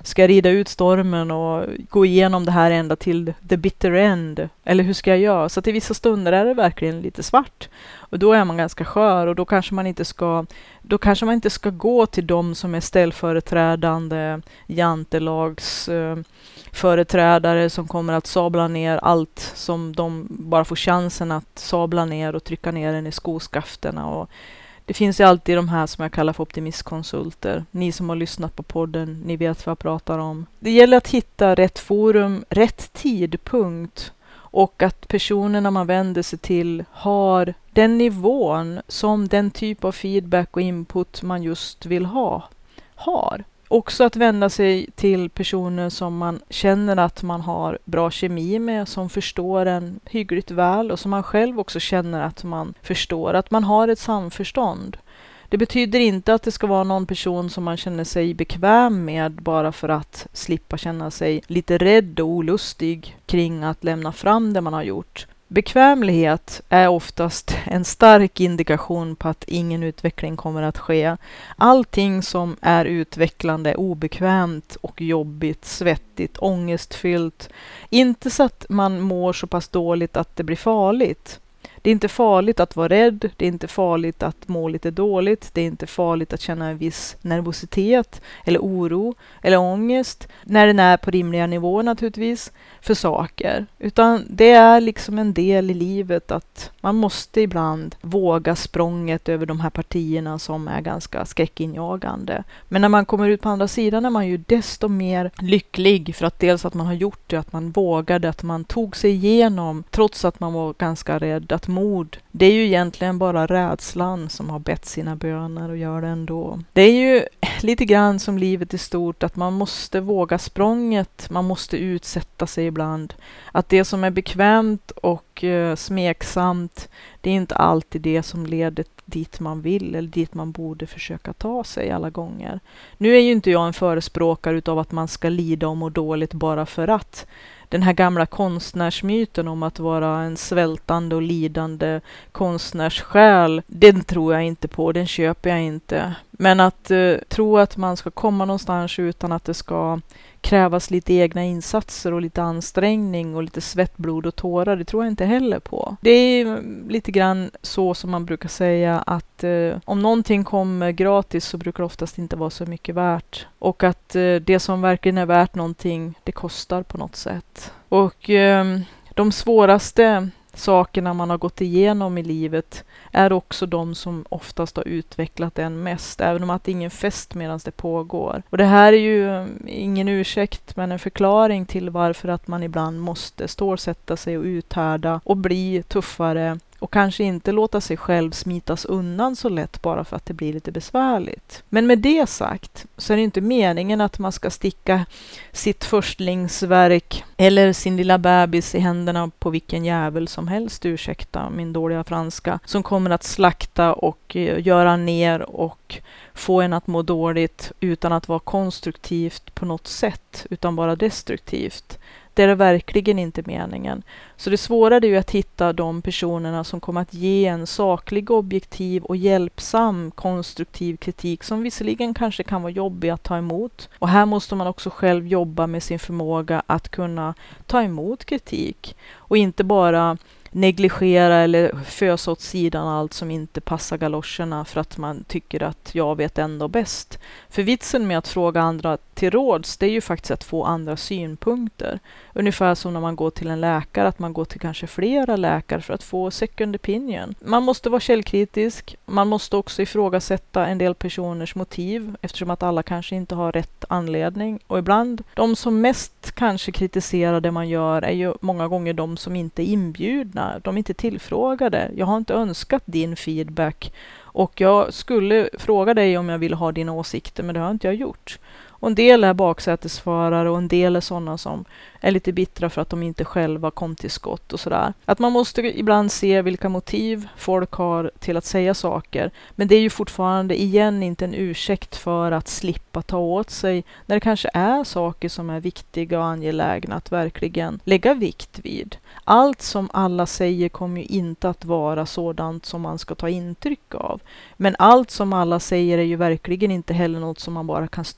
Ska jag rida ut stormen och gå igenom det här ända till the bitter end? Eller hur ska jag göra? Så att i vissa stunder är det verkligen lite svart. Och då är man ganska skör och då kanske man inte ska, då kanske man inte ska gå till de som är ställföreträdande jantelags eh, företrädare som kommer att sabla ner allt som de bara får chansen att sabla ner och trycka ner den i skoskafterna. Och det finns ju alltid de här som jag kallar för optimistkonsulter. Ni som har lyssnat på podden, ni vet vad jag pratar om. Det gäller att hitta rätt forum, rätt tidpunkt och att personerna man vänder sig till har den nivån som den typ av feedback och input man just vill ha har. Också att vända sig till personer som man känner att man har bra kemi med, som förstår en hyggligt väl och som man själv också känner att man förstår, att man har ett samförstånd. Det betyder inte att det ska vara någon person som man känner sig bekväm med bara för att slippa känna sig lite rädd och olustig kring att lämna fram det man har gjort. Bekvämlighet är oftast en stark indikation på att ingen utveckling kommer att ske. Allting som är utvecklande är obekvämt och jobbigt, svettigt, ångestfyllt. Inte så att man mår så pass dåligt att det blir farligt. Det är inte farligt att vara rädd, det är inte farligt att må lite dåligt, det är inte farligt att känna en viss nervositet eller oro eller ångest, när den är på rimliga nivåer naturligtvis, för saker. Utan det är liksom en del i livet att man måste ibland våga språnget över de här partierna som är ganska skräckinjagande. Men när man kommer ut på andra sidan är man ju desto mer lycklig för att dels att man har gjort det, att man vågade, att man tog sig igenom trots att man var ganska rädd, att mod, det är ju egentligen bara rädslan som har bett sina böner och gör det ändå. Det är ju lite grann som livet i stort, att man måste våga språnget, man måste utsätta sig ibland. Att det som är bekvämt och eh, smeksamt, det är inte alltid det som leder dit man vill eller dit man borde försöka ta sig alla gånger. Nu är ju inte jag en förespråkare utav att man ska lida och må dåligt bara för att. Den här gamla konstnärsmyten om att vara en svältande och lidande konstnärssjäl, den tror jag inte på, den köper jag inte. Men att uh, tro att man ska komma någonstans utan att det ska krävas lite egna insatser och lite ansträngning och lite svett, blod och tårar, det tror jag inte heller på. Det är lite grann så som man brukar säga att uh, om någonting kommer gratis så brukar det oftast inte vara så mycket värt. Och att uh, det som verkligen är värt någonting, det kostar på något sätt. Och uh, de svåraste sakerna man har gått igenom i livet är också de som oftast har utvecklat en mest, även om att det är ingen fest medan det pågår. Och det här är ju ingen ursäkt, men en förklaring till varför att man ibland måste stålsätta sig och uthärda och bli tuffare och kanske inte låta sig själv smitas undan så lätt bara för att det blir lite besvärligt. Men med det sagt så är det inte meningen att man ska sticka sitt förstlingsverk eller sin lilla bebis i händerna på vilken jävel som helst, ursäkta min dåliga franska, som kommer att slakta och göra ner och få en att må dåligt utan att vara konstruktivt på något sätt, utan bara destruktivt. Det är verkligen inte meningen. Så det svåra är ju att hitta de personerna som kommer att ge en saklig, objektiv och hjälpsam konstruktiv kritik som visserligen kanske kan vara jobbig att ta emot. Och här måste man också själv jobba med sin förmåga att kunna ta emot kritik och inte bara negligera eller fösa åt sidan allt som inte passar galoscherna för att man tycker att jag vet ändå bäst. För vitsen med att fråga andra till råds, det är ju faktiskt att få andra synpunkter. Ungefär som när man går till en läkare, att man går till kanske flera läkare för att få second opinion. Man måste vara källkritisk, man måste också ifrågasätta en del personers motiv eftersom att alla kanske inte har rätt anledning. Och ibland, de som mest kanske kritiserar det man gör är ju många gånger de som inte är inbjudna, de är inte tillfrågade. Jag har inte önskat din feedback och jag skulle fråga dig om jag vill ha dina åsikter, men det har inte jag gjort. Och en del är baksätesförare och en del är sådana som är lite bittra för att de inte själva kom till skott och sådär. Att man måste ibland se vilka motiv folk har till att säga saker. Men det är ju fortfarande igen inte en ursäkt för att slippa ta åt sig när det kanske är saker som är viktiga och angelägna att verkligen lägga vikt vid. Allt som alla säger kommer ju inte att vara sådant som man ska ta intryck av. Men allt som alla säger är ju verkligen inte heller något som man bara kan strunta i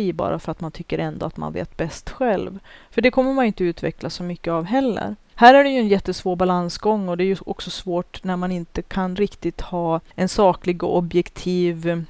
i bara för att man tycker ändå att man vet bäst själv. För det kommer man inte utveckla så mycket av heller. Här är det ju en jättesvår balansgång och det är ju också svårt när man inte kan riktigt ha en saklig och objektiv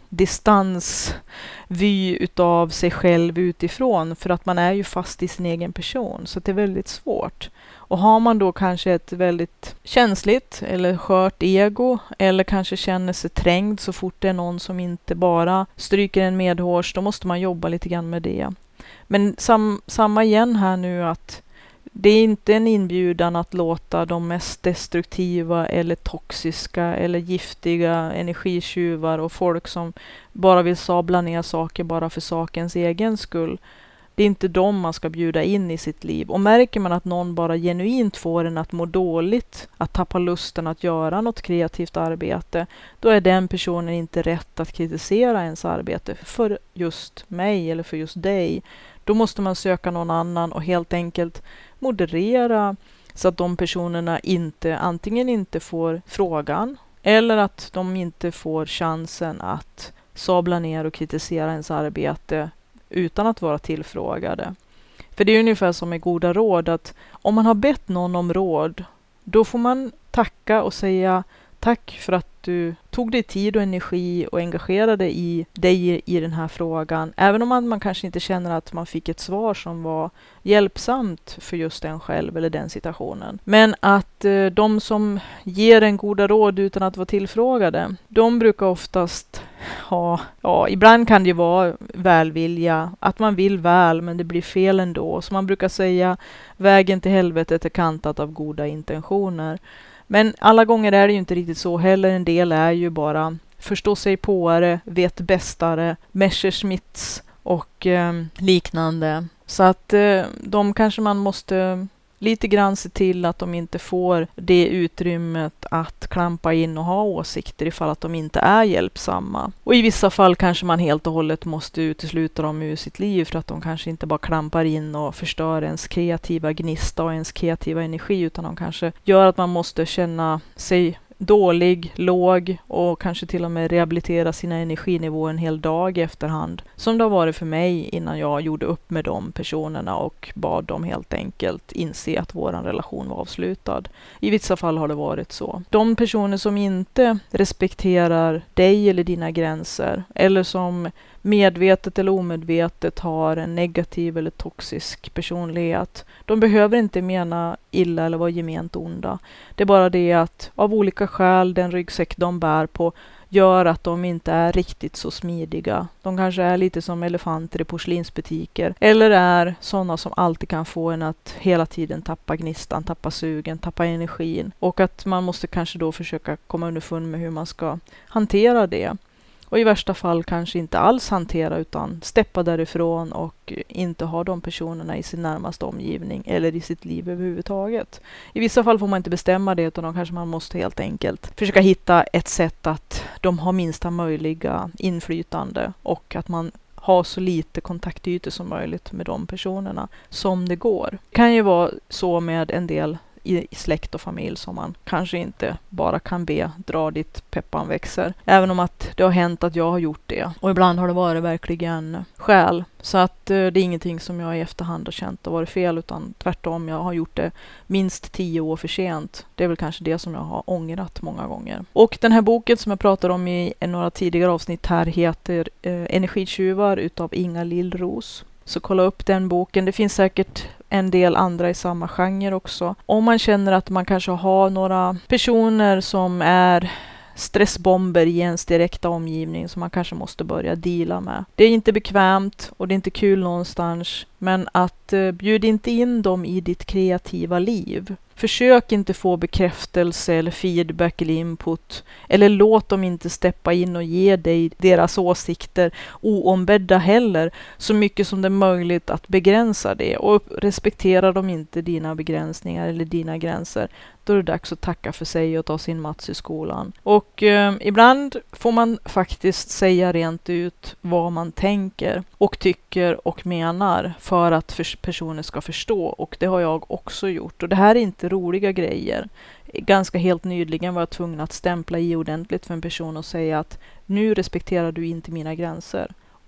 distansvy utav sig själv utifrån, för att man är ju fast i sin egen person, så det är väldigt svårt. Och har man då kanske ett väldigt känsligt eller skört ego, eller kanske känner sig trängd så fort det är någon som inte bara stryker en medhårs, då måste man jobba lite grann med det. Men sam, samma igen här nu, att det är inte en inbjudan att låta de mest destruktiva eller toxiska eller giftiga energitjuvar och folk som bara vill sabla ner saker bara för sakens egen skull. Det är inte dem man ska bjuda in i sitt liv. Och märker man att någon bara genuint får en att må dåligt, att tappa lusten att göra något kreativt arbete, då är den personen inte rätt att kritisera ens arbete för just mig eller för just dig. Då måste man söka någon annan och helt enkelt moderera så att de personerna inte, antingen inte får frågan eller att de inte får chansen att sabla ner och kritisera ens arbete utan att vara tillfrågade. För det är ungefär som med goda råd, att om man har bett någon om råd, då får man tacka och säga tack för att du tog dig tid och energi och engagerade i dig i, i den här frågan. Även om man, man kanske inte känner att man fick ett svar som var hjälpsamt för just den själv eller den situationen. Men att eh, de som ger en goda råd utan att vara tillfrågade, de brukar oftast ha, ja, ibland kan det vara välvilja, att man vill väl men det blir fel ändå. Så man brukar säga, vägen till helvetet är kantat av goda intentioner. Men alla gånger är det ju inte riktigt så heller. En del är ju bara förstå sig påare, vet bästare, Messerschmitts och eh, liknande. Så att eh, de kanske man måste lite grann se till att de inte får det utrymmet att klampa in och ha åsikter ifall att de inte är hjälpsamma. Och i vissa fall kanske man helt och hållet måste utesluta dem ur sitt liv för att de kanske inte bara klampar in och förstör ens kreativa gnista och ens kreativa energi, utan de kanske gör att man måste känna sig dålig, låg och kanske till och med rehabilitera sina energinivåer en hel dag i efterhand. Som det har varit för mig innan jag gjorde upp med de personerna och bad dem helt enkelt inse att vår relation var avslutad. I vissa fall har det varit så. De personer som inte respekterar dig eller dina gränser, eller som medvetet eller omedvetet har en negativ eller toxisk personlighet, de behöver inte mena illa eller vara gement onda. Det är bara det att av olika skäl, den ryggsäck de bär på gör att de inte är riktigt så smidiga. De kanske är lite som elefanter i porslinsbutiker, eller är sådana som alltid kan få en att hela tiden tappa gnistan, tappa sugen, tappa energin, och att man måste kanske då försöka komma underfund med hur man ska hantera det. Och i värsta fall kanske inte alls hantera, utan steppa därifrån och inte ha de personerna i sin närmaste omgivning eller i sitt liv överhuvudtaget. I vissa fall får man inte bestämma det, utan då kanske man måste helt enkelt försöka hitta ett sätt att de har minsta möjliga inflytande och att man har så lite kontaktytor som möjligt med de personerna som det går. Det kan ju vara så med en del i släkt och familj som man kanske inte bara kan be dra dit peppan växer. Även om att det har hänt att jag har gjort det. Och ibland har det varit verkligen skäl. Så att eh, det är ingenting som jag i efterhand har känt har varit fel, utan tvärtom, jag har gjort det minst tio år för sent. Det är väl kanske det som jag har ångrat många gånger. Och den här boken som jag pratade om i några tidigare avsnitt här heter eh, Energitjuvar utav Inga Lillros. Så kolla upp den boken. Det finns säkert en del andra i samma genre också. Om man känner att man kanske har några personer som är stressbomber i ens direkta omgivning som man kanske måste börja deala med. Det är inte bekvämt och det är inte kul någonstans, men att eh, bjud inte in dem i ditt kreativa liv. Försök inte få bekräftelse eller feedback eller input, eller låt dem inte steppa in och ge dig deras åsikter oombedda heller, så mycket som det är möjligt att begränsa det, och respekterar de inte dina begränsningar eller dina gränser, då är det dags att tacka för sig och ta sin mats i skolan. Och eh, ibland får man faktiskt säga rent ut vad man tänker och tycker och menar för att för personer ska förstå, och det har jag också gjort. Och det här är inte roliga grejer. Ganska helt nyligen var jag tvungen att stämpla i ordentligt för en person och säga att nu respekterar du inte mina gränser. Och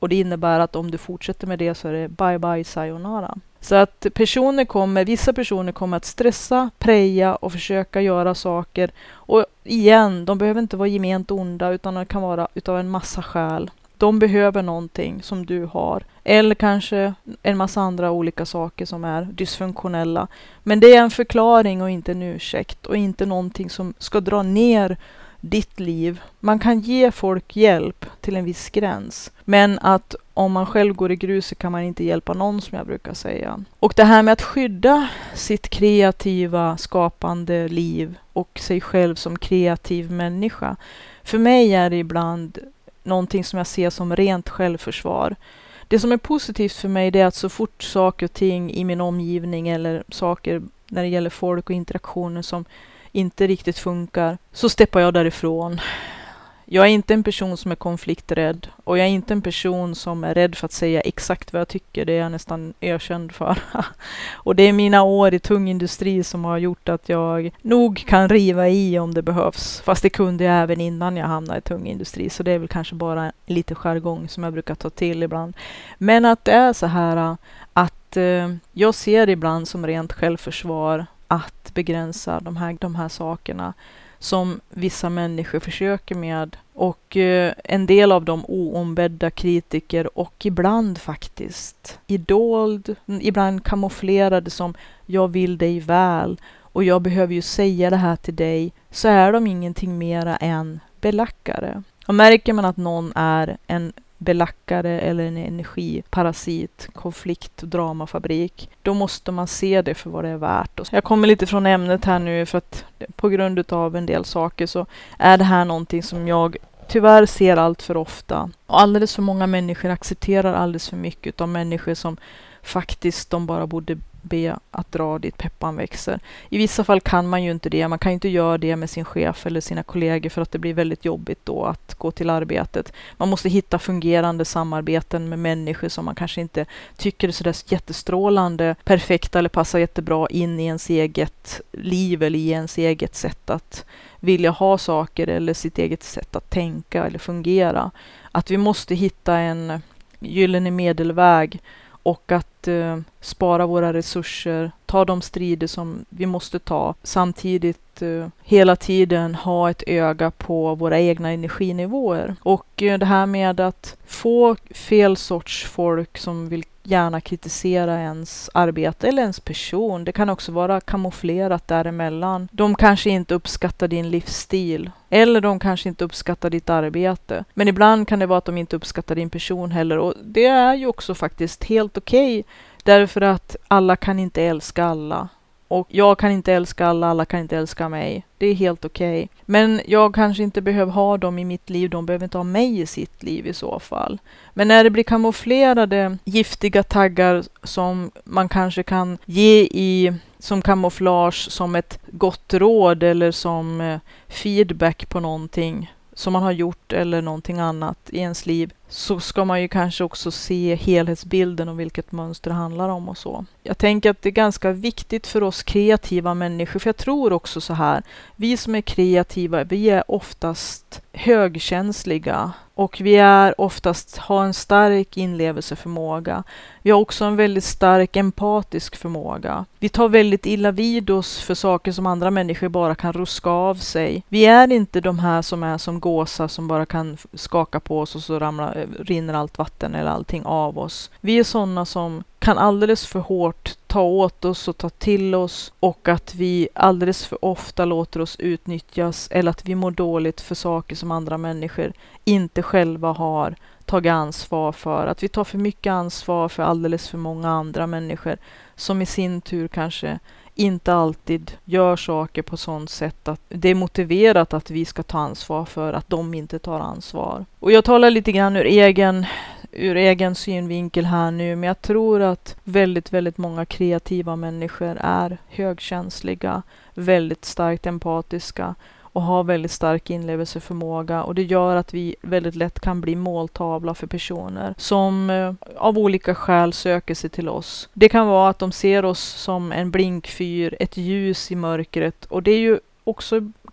Och det innebär att om du fortsätter med det så är det bye bye sayonara. Så att personer kommer, vissa personer kommer att stressa, preja och försöka göra saker. Och igen, de behöver inte vara gement onda utan det kan vara utav en massa skäl. De behöver någonting som du har. Eller kanske en massa andra olika saker som är dysfunktionella. Men det är en förklaring och inte en ursäkt. Och inte någonting som ska dra ner ditt liv. Man kan ge folk hjälp till en viss gräns. Men att om man själv går i grus så kan man inte hjälpa någon, som jag brukar säga. Och det här med att skydda sitt kreativa, skapande liv och sig själv som kreativ människa. För mig är det ibland någonting som jag ser som rent självförsvar. Det som är positivt för mig det är att så fort saker och ting i min omgivning eller saker när det gäller folk och interaktioner som inte riktigt funkar, så steppar jag därifrån. Jag är inte en person som är konflikträdd och jag är inte en person som är rädd för att säga exakt vad jag tycker. Det är jag nästan ökänd för. Och det är mina år i tung industri som har gjort att jag nog kan riva i om det behövs. Fast det kunde jag även innan jag hamnade i tung industri. Så det är väl kanske bara lite jargong som jag brukar ta till ibland. Men att det är så här att eh, jag ser ibland som rent självförsvar att begränsa de här, de här sakerna som vissa människor försöker med. Och eh, en del av dem oombedda kritiker och ibland faktiskt idold, ibland kamouflerade som jag vill dig väl och jag behöver ju säga det här till dig, så är de ingenting mera än belackare. Och märker man att någon är en belackare eller en energiparasit, konflikt och dramafabrik, då måste man se det för vad det är värt. Jag kommer lite från ämnet här nu för att på grund av en del saker så är det här någonting som jag tyvärr ser allt för ofta. Och alldeles för många människor accepterar alldeles för mycket av människor som faktiskt de bara borde be att dra dit peppan växer. I vissa fall kan man ju inte det. Man kan inte göra det med sin chef eller sina kollegor för att det blir väldigt jobbigt då att gå till arbetet. Man måste hitta fungerande samarbeten med människor som man kanske inte tycker är sådär jättestrålande, perfekta eller passar jättebra in i ens eget liv eller i ens eget sätt att vilja ha saker eller sitt eget sätt att tänka eller fungera. Att vi måste hitta en gyllene medelväg och att eh, spara våra resurser, ta de strider som vi måste ta, samtidigt eh, hela tiden ha ett öga på våra egna energinivåer. Och eh, det här med att få fel sorts folk som vill gärna kritisera ens arbete eller ens person, det kan också vara kamouflerat däremellan. De kanske inte uppskattar din livsstil eller de kanske inte uppskattar ditt arbete. Men ibland kan det vara att de inte uppskattar din person heller, och det är ju också faktiskt helt okej. Därför att alla kan inte älska alla. Och jag kan inte älska alla, alla kan inte älska mig. Det är helt okej. Okay. Men jag kanske inte behöver ha dem i mitt liv, de behöver inte ha mig i sitt liv i så fall. Men när det blir kamouflerade, giftiga taggar som man kanske kan ge i som kamouflage, som ett gott råd eller som eh, feedback på någonting som man har gjort eller någonting annat i ens liv, så ska man ju kanske också se helhetsbilden och vilket mönster det handlar om och så. Jag tänker att det är ganska viktigt för oss kreativa människor, för jag tror också så här, vi som är kreativa, vi är oftast högkänsliga och vi är oftast har en stark inlevelseförmåga. Vi har också en väldigt stark empatisk förmåga. Vi tar väldigt illa vid oss för saker som andra människor bara kan ruska av sig. Vi är inte de här som är som gåsar som bara kan skaka på oss och så ramlar, rinner allt vatten eller allting av oss. Vi är sådana som kan alldeles för hårt ta åt oss och ta till oss, och att vi alldeles för ofta låter oss utnyttjas eller att vi mår dåligt för saker som andra människor inte själva har tagit ansvar för. Att vi tar för mycket ansvar för alldeles för många andra människor som i sin tur kanske inte alltid gör saker på sånt sätt att det är motiverat att vi ska ta ansvar för att de inte tar ansvar. Och jag talar lite grann ur egen ur egen synvinkel här nu, men jag tror att väldigt, väldigt många kreativa människor är högkänsliga, väldigt starkt empatiska och har väldigt stark inlevelseförmåga, och det gör att vi väldigt lätt kan bli måltavla för personer som eh, av olika skäl söker sig till oss. Det kan vara att de ser oss som en blinkfyr, ett ljus i mörkret, och det är ju också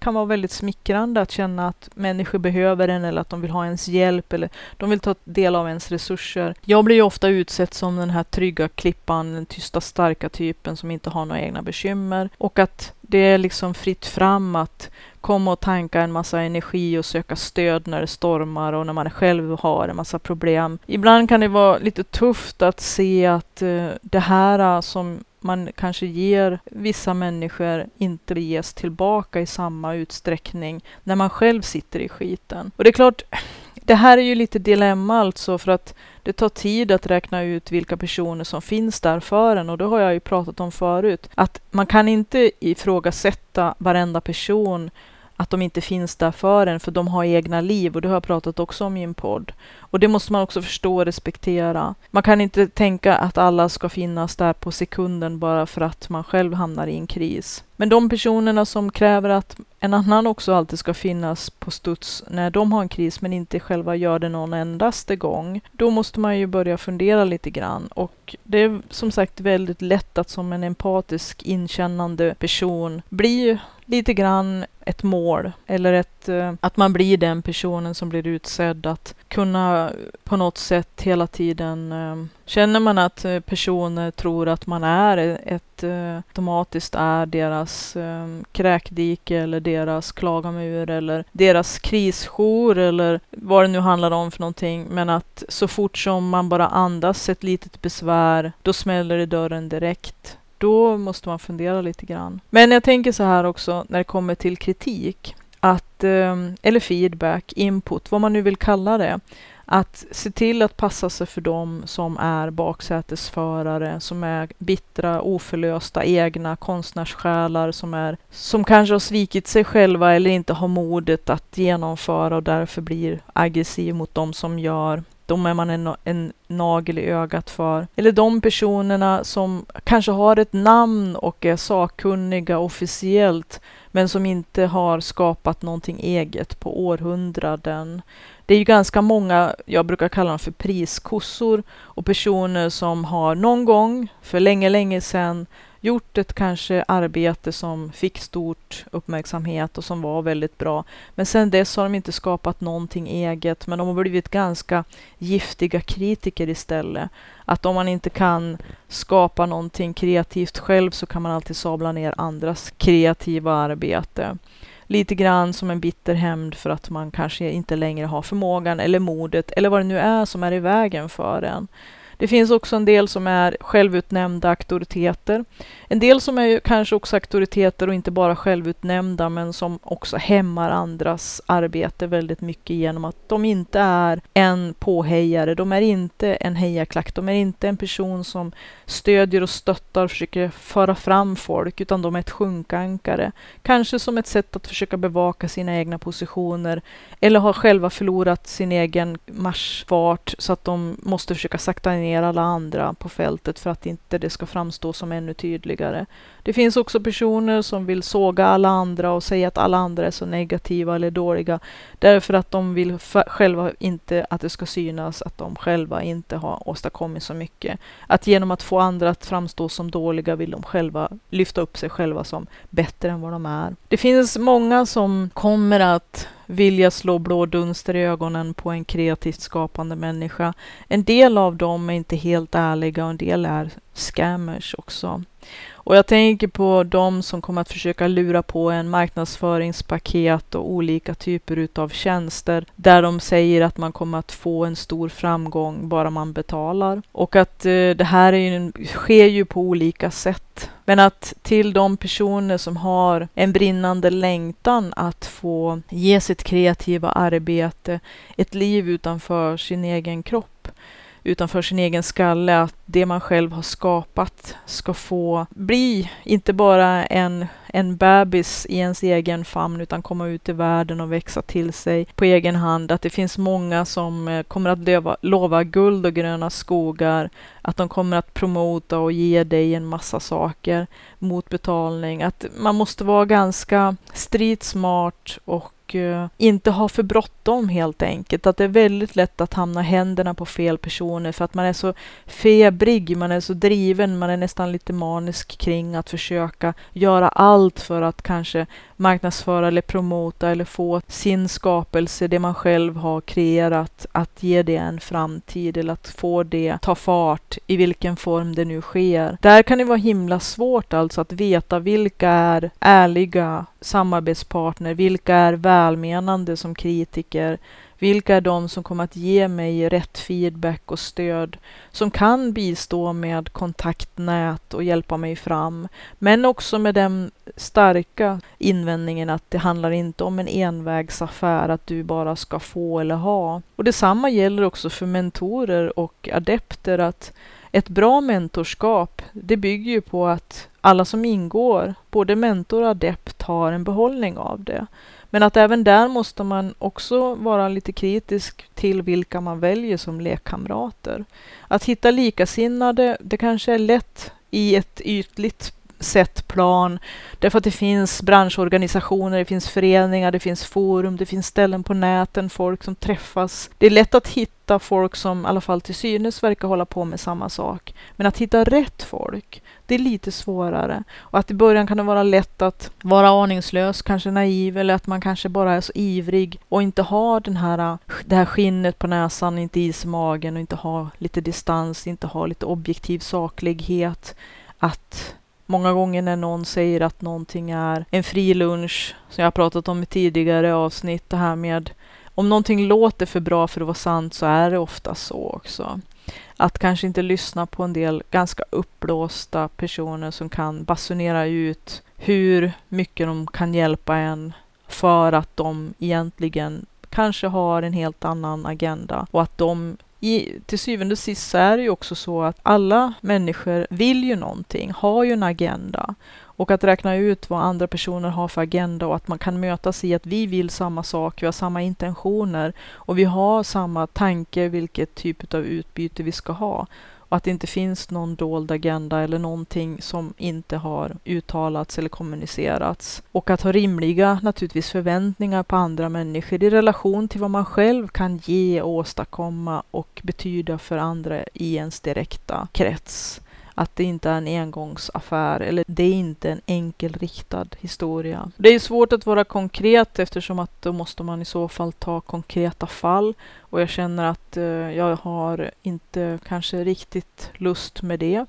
kan vara väldigt smickrande att känna att människor behöver en eller att de vill ha ens hjälp eller de vill ta del av ens resurser. Jag blir ju ofta utsett som den här trygga klippan, den tysta starka typen som inte har några egna bekymmer och att det är liksom fritt fram att komma och tanka en massa energi och söka stöd när det stormar och när man själv har en massa problem. Ibland kan det vara lite tufft att se att uh, det här uh, som man kanske ger vissa människor inte ges tillbaka i samma utsträckning när man själv sitter i skiten. Och det är klart, det här är ju lite dilemma alltså för att det tar tid att räkna ut vilka personer som finns där för en och det har jag ju pratat om förut. Att man kan inte ifrågasätta varenda person att de inte finns där för en för de har egna liv och det har jag pratat också om i en podd. Och det måste man också förstå och respektera. Man kan inte tänka att alla ska finnas där på sekunden bara för att man själv hamnar i en kris. Men de personerna som kräver att en annan också alltid ska finnas på studs när de har en kris men inte själva gör det någon endaste gång, då måste man ju börja fundera lite grann. Och det är som sagt väldigt lätt att som en empatisk inkännande person bli lite grann ett mål eller ett, att man blir den personen som blir utsedd att kunna på något sätt hela tiden känner man att personer tror att man är ett automatiskt är deras kräkdike eller deras klagamur eller deras krisjour eller vad det nu handlar om för någonting, men att så fort som man bara andas ett litet besvär då smäller det dörren direkt. Då måste man fundera lite grann. Men jag tänker så här också när det kommer till kritik att, eller feedback, input, vad man nu vill kalla det. Att se till att passa sig för dem som är baksätesförare, som är bittra, oförlösta, egna konstnärssjälar som, är, som kanske har svikit sig själva eller inte har modet att genomföra och därför blir aggressiv mot dem som gör. De är man en, en nagel i ögat för. Eller de personerna som kanske har ett namn och är sakkunniga officiellt men som inte har skapat någonting eget på århundraden. Det är ju ganska många, jag brukar kalla dem för priskossor och personer som har någon gång för länge, länge sedan gjort ett kanske arbete som fick stort uppmärksamhet och som var väldigt bra. Men sen dess har de inte skapat någonting eget, men de har blivit ganska giftiga kritiker istället. Att om man inte kan skapa någonting kreativt själv så kan man alltid sabla ner andras kreativa arbete. Lite grann som en bitter hämnd för att man kanske inte längre har förmågan eller modet eller vad det nu är som är i vägen för en. Det finns också en del som är självutnämnda auktoriteter. En del som är kanske också auktoriteter och inte bara självutnämnda men som också hämmar andras arbete väldigt mycket genom att de inte är en påhejare. De är inte en hejaklack. De är inte en person som stödjer och stöttar och försöker föra fram folk utan de är ett sjunkankare. Kanske som ett sätt att försöka bevaka sina egna positioner eller har själva förlorat sin egen marschfart så att de måste försöka sakta ner alla andra på fältet för att inte det ska framstå som ännu tydligare. Det finns också personer som vill såga alla andra och säga att alla andra är så negativa eller dåliga därför att de vill f- själva inte att det ska synas att de själva inte har åstadkommit så mycket. Att genom att få andra att framstå som dåliga vill de själva lyfta upp sig själva som bättre än vad de är. Det finns många som kommer att vilja slå blå dunster i ögonen på en kreativt skapande människa. En del av dem är inte helt ärliga och en del är scammers också. Och jag tänker på de som kommer att försöka lura på en marknadsföringspaket och olika typer utav tjänster där de säger att man kommer att få en stor framgång bara man betalar. Och att eh, det här är ju, sker ju på olika sätt. Men att till de personer som har en brinnande längtan att få ge sitt kreativa arbete ett liv utanför sin egen kropp, utanför sin egen skalle, att det man själv har skapat ska få bli inte bara en, en bebis i ens egen famn utan komma ut i världen och växa till sig på egen hand. Att det finns många som kommer att lova, lova guld och gröna skogar, att de kommer att promota och ge dig en massa saker mot betalning. Att man måste vara ganska stridsmart och och uh, inte ha för bråttom helt enkelt. Att det är väldigt lätt att hamna händerna på fel personer för att man är så febrig, man är så driven, man är nästan lite manisk kring att försöka göra allt för att kanske marknadsföra eller promota eller få sin skapelse, det man själv har kreerat, att ge det en framtid eller att få det ta fart i vilken form det nu sker. Där kan det vara himla svårt alltså att veta vilka är ärliga samarbetspartner, vilka är välmenande som kritiker, vilka är de som kommer att ge mig rätt feedback och stöd, som kan bistå med kontaktnät och hjälpa mig fram. Men också med den starka invändningen att det handlar inte om en envägsaffär, att du bara ska få eller ha. Och detsamma gäller också för mentorer och adepter, att ett bra mentorskap, det bygger ju på att alla som ingår, både mentor och adept, har en behållning av det. Men att även där måste man också vara lite kritisk till vilka man väljer som lekkamrater. Att hitta likasinnade, det kanske är lätt i ett ytligt sett plan, därför att det finns branschorganisationer, det finns föreningar, det finns forum, det finns ställen på näten, folk som träffas. Det är lätt att hitta folk som i alla fall till synes verkar hålla på med samma sak. Men att hitta rätt folk, det är lite svårare. Och att i början kan det vara lätt att vara aningslös, kanske naiv, eller att man kanske bara är så ivrig och inte har den här, det här skinnet på näsan, inte is i magen och inte har lite distans, inte har lite objektiv saklighet. Att många gånger när någon säger att någonting är en fri lunch, som jag har pratat om i tidigare avsnitt, det här med om någonting låter för bra för att vara sant, så är det ofta så också. Att kanske inte lyssna på en del ganska uppblåsta personer som kan basunera ut hur mycket de kan hjälpa en för att de egentligen kanske har en helt annan agenda, och att de I, till syvende och sist så är det ju också så att alla människor vill ju någonting, har ju en agenda. Och att räkna ut vad andra personer har för agenda och att man kan mötas i att vi vill samma sak, vi har samma intentioner och vi har samma tanke vilket typ av utbyte vi ska ha. Och att det inte finns någon dold agenda eller någonting som inte har uttalats eller kommunicerats. Och att ha rimliga naturligtvis förväntningar på andra människor i relation till vad man själv kan ge, åstadkomma och betyda för andra i ens direkta krets. Att det inte är en engångsaffär eller det är inte en enkelriktad historia. Det är svårt att vara konkret eftersom att då måste man i så fall ta konkreta fall. Och jag känner att eh, jag har inte kanske riktigt lust med det.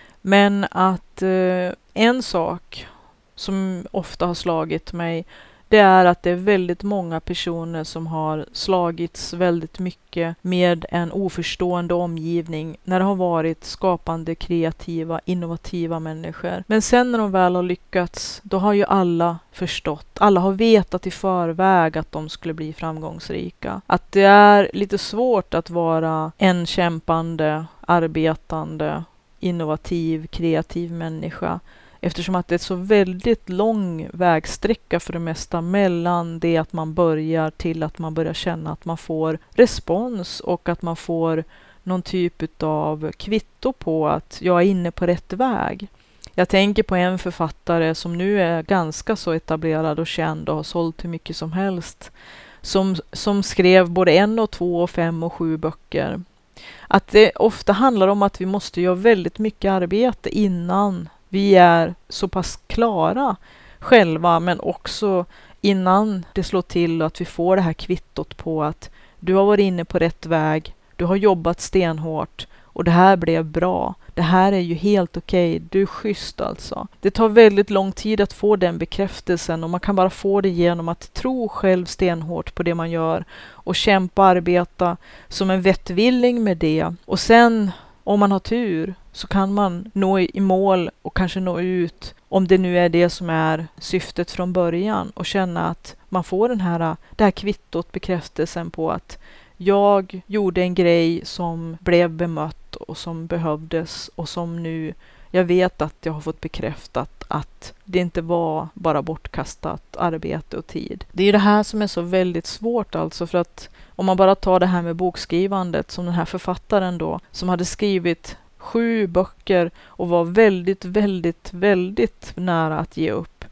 Men att eh, en sak som ofta har slagit mig, det är att det är väldigt många personer som har slagits väldigt mycket med en oförstående omgivning när det har varit skapande, kreativa, innovativa människor. Men sen när de väl har lyckats, då har ju alla förstått. Alla har vetat i förväg att de skulle bli framgångsrika. Att det är lite svårt att vara en kämpande, arbetande, innovativ, kreativ människa. Eftersom att det är så väldigt lång vägsträcka för det mesta mellan det att man börjar till att man börjar känna att man får respons och att man får någon typ av kvitto på att jag är inne på rätt väg. Jag tänker på en författare som nu är ganska så etablerad och känd och har sålt hur mycket som helst. Som, som skrev både en och två och fem och sju böcker. Att det ofta handlar om att vi måste göra väldigt mycket arbete innan vi är så pass klara själva, men också innan det slår till och att vi får det här kvittot på att du har varit inne på rätt väg, du har jobbat stenhårt och det här blev bra. Det här är ju helt okej, okay. Du är schysst alltså. Det tar väldigt lång tid att få den bekräftelsen och man kan bara få det genom att tro själv stenhårt på det man gör och kämpa och arbeta som en vettvilling med det. Och sen om man har tur så kan man nå i mål och kanske nå ut, om det nu är det som är syftet från början, och känna att man får den här, det här kvittot, bekräftelsen på att jag gjorde en grej som blev bemött och som behövdes och som nu jag vet att jag har fått bekräftat att det inte var bara bortkastat arbete och tid. Det är ju det här som är så väldigt svårt alltså, för att om man bara tar det här med bokskrivandet som den här författaren då, som hade skrivit sju böcker och var väldigt, väldigt, väldigt nära att ge upp.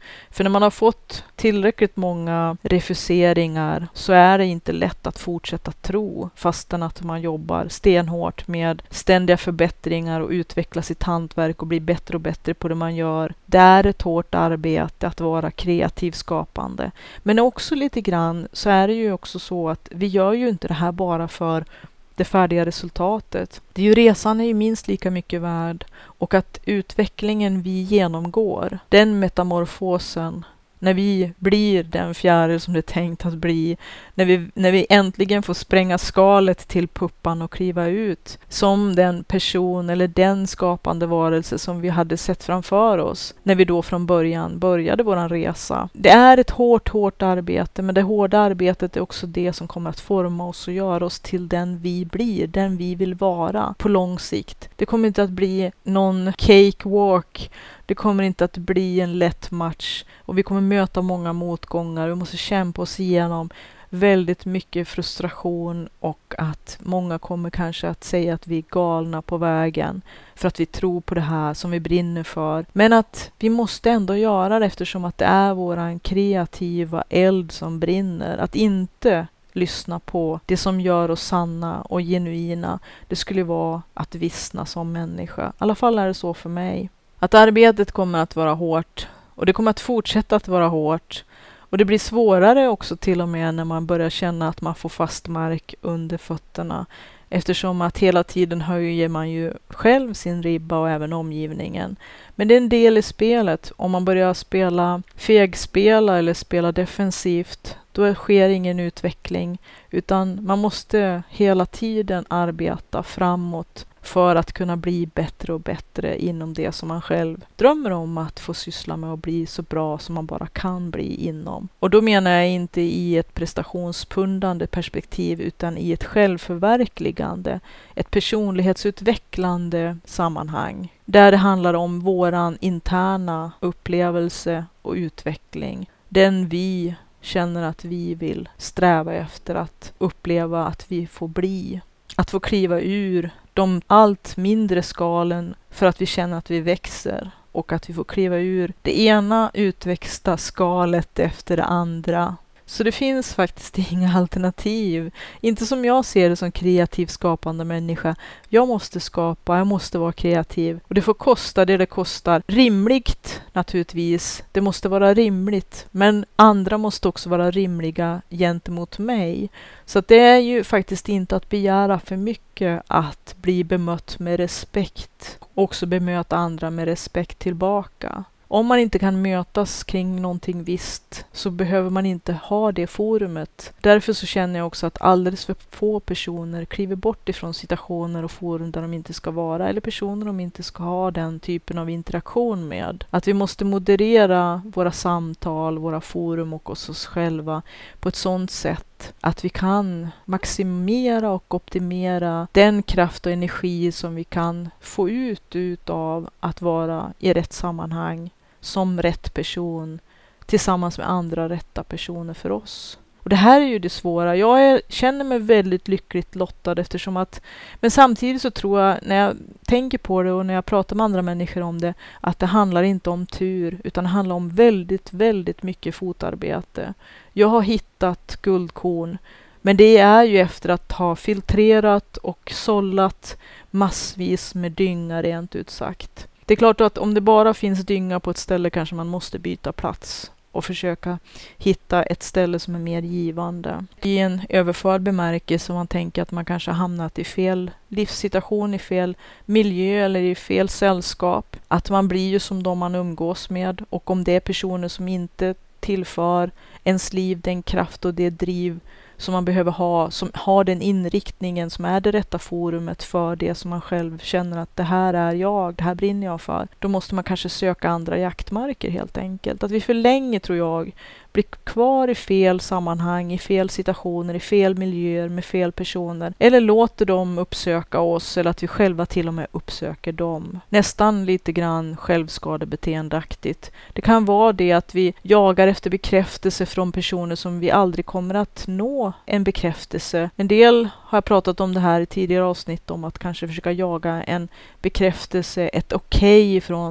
För när man har fått tillräckligt många refuseringar så är det inte lätt att fortsätta tro, fastän att man jobbar stenhårt med ständiga förbättringar och utveckla sitt hantverk och bli bättre och bättre på det man gör. Det är ett hårt arbete att vara kreativ skapande. Men också lite grann så är det ju också så att vi gör ju inte det här bara för det färdiga resultatet. Det är ju, resan är ju minst lika mycket värd, och att utvecklingen vi genomgår, den metamorfosen, när vi blir den fjäril som det är tänkt att bli, när vi, när vi äntligen får spränga skalet till puppan och kliva ut som den person eller den skapande varelse som vi hade sett framför oss när vi då från början började våran resa. Det är ett hårt, hårt arbete, men det hårda arbetet är också det som kommer att forma oss och göra oss till den vi blir, den vi vill vara på lång sikt. Det kommer inte att bli någon cakewalk. Det kommer inte att bli en lätt match, och vi kommer möta många motgångar. Vi måste kämpa oss igenom väldigt mycket frustration, och att många kommer kanske att säga att vi är galna på vägen för att vi tror på det här som vi brinner för. Men att vi måste ändå göra det, eftersom att det är våran kreativa eld som brinner. Att inte lyssna på det som gör oss sanna och genuina, det skulle vara att vissna som människa. I alla fall är det så för mig. Att arbetet kommer att vara hårt, och det kommer att fortsätta att vara hårt. Och det blir svårare också till och med när man börjar känna att man får fast mark under fötterna. Eftersom att hela tiden höjer man ju själv sin ribba och även omgivningen. Men det är en del i spelet. Om man börjar spela fegspela eller spela defensivt, då sker ingen utveckling. Utan man måste hela tiden arbeta framåt för att kunna bli bättre och bättre inom det som man själv drömmer om att få syssla med och bli så bra som man bara kan bli inom. Och då menar jag inte i ett prestationspundande perspektiv, utan i ett självförverkligande, ett personlighetsutvecklande sammanhang. Där det handlar om våran interna upplevelse och utveckling. Den vi känner att vi vill sträva efter att uppleva att vi får bli. Att få kliva ur de allt mindre skalen för att vi känner att vi växer, och att vi får kliva ur det ena utväxta skalet efter det andra. Så det finns faktiskt inga alternativ. Inte som jag ser det som kreativ skapande människa. Jag måste skapa, jag måste vara kreativ. Och det får kosta det det kostar. Rimligt naturligtvis. Det måste vara rimligt. Men andra måste också vara rimliga gentemot mig. Så att det är ju faktiskt inte att begära för mycket att bli bemött med respekt. Och också bemöta andra med respekt tillbaka. Om man inte kan mötas kring någonting visst, så behöver man inte ha det forumet. Därför så känner jag också att alldeles för få personer kliver bort ifrån situationer och forum där de inte ska vara, eller personer de inte ska ha den typen av interaktion med. Att vi måste moderera våra samtal, våra forum och oss själva på ett sådant sätt att vi kan maximera och optimera den kraft och energi som vi kan få ut utav att vara i rätt sammanhang som rätt person tillsammans med andra rätta personer för oss. Och det här är ju det svåra. Jag är, känner mig väldigt lyckligt lottad eftersom att, men samtidigt så tror jag när jag tänker på det och när jag pratar med andra människor om det, att det handlar inte om tur utan det handlar om väldigt, väldigt mycket fotarbete. Jag har hittat guldkorn, men det är ju efter att ha filtrerat och sållat massvis med dynga rent ut sagt. Det är klart att om det bara finns dynga på ett ställe kanske man måste byta plats och försöka hitta ett ställe som är mer givande. I en överförd bemärkelse man tänker att man kanske har hamnat i fel livssituation, i fel miljö eller i fel sällskap. Att man blir ju som de man umgås med, och om det är personer som inte tillför ens liv den kraft och det driv som man behöver ha, som har den inriktningen som är det rätta forumet för det som man själv känner att det här är jag, det här brinner jag för. Då måste man kanske söka andra jaktmarker helt enkelt. Att vi för länge, tror jag, blir kvar i fel sammanhang, i fel situationer, i fel miljöer med fel personer. Eller låter dem uppsöka oss, eller att vi själva till och med uppsöker dem. Nästan lite grann självskadebeteendeaktigt. Det kan vara det att vi jagar efter bekräftelse från personer som vi aldrig kommer att nå en bekräftelse. En del har jag pratat om det här i tidigare avsnitt, om att kanske försöka jaga en bekräftelse, ett okej från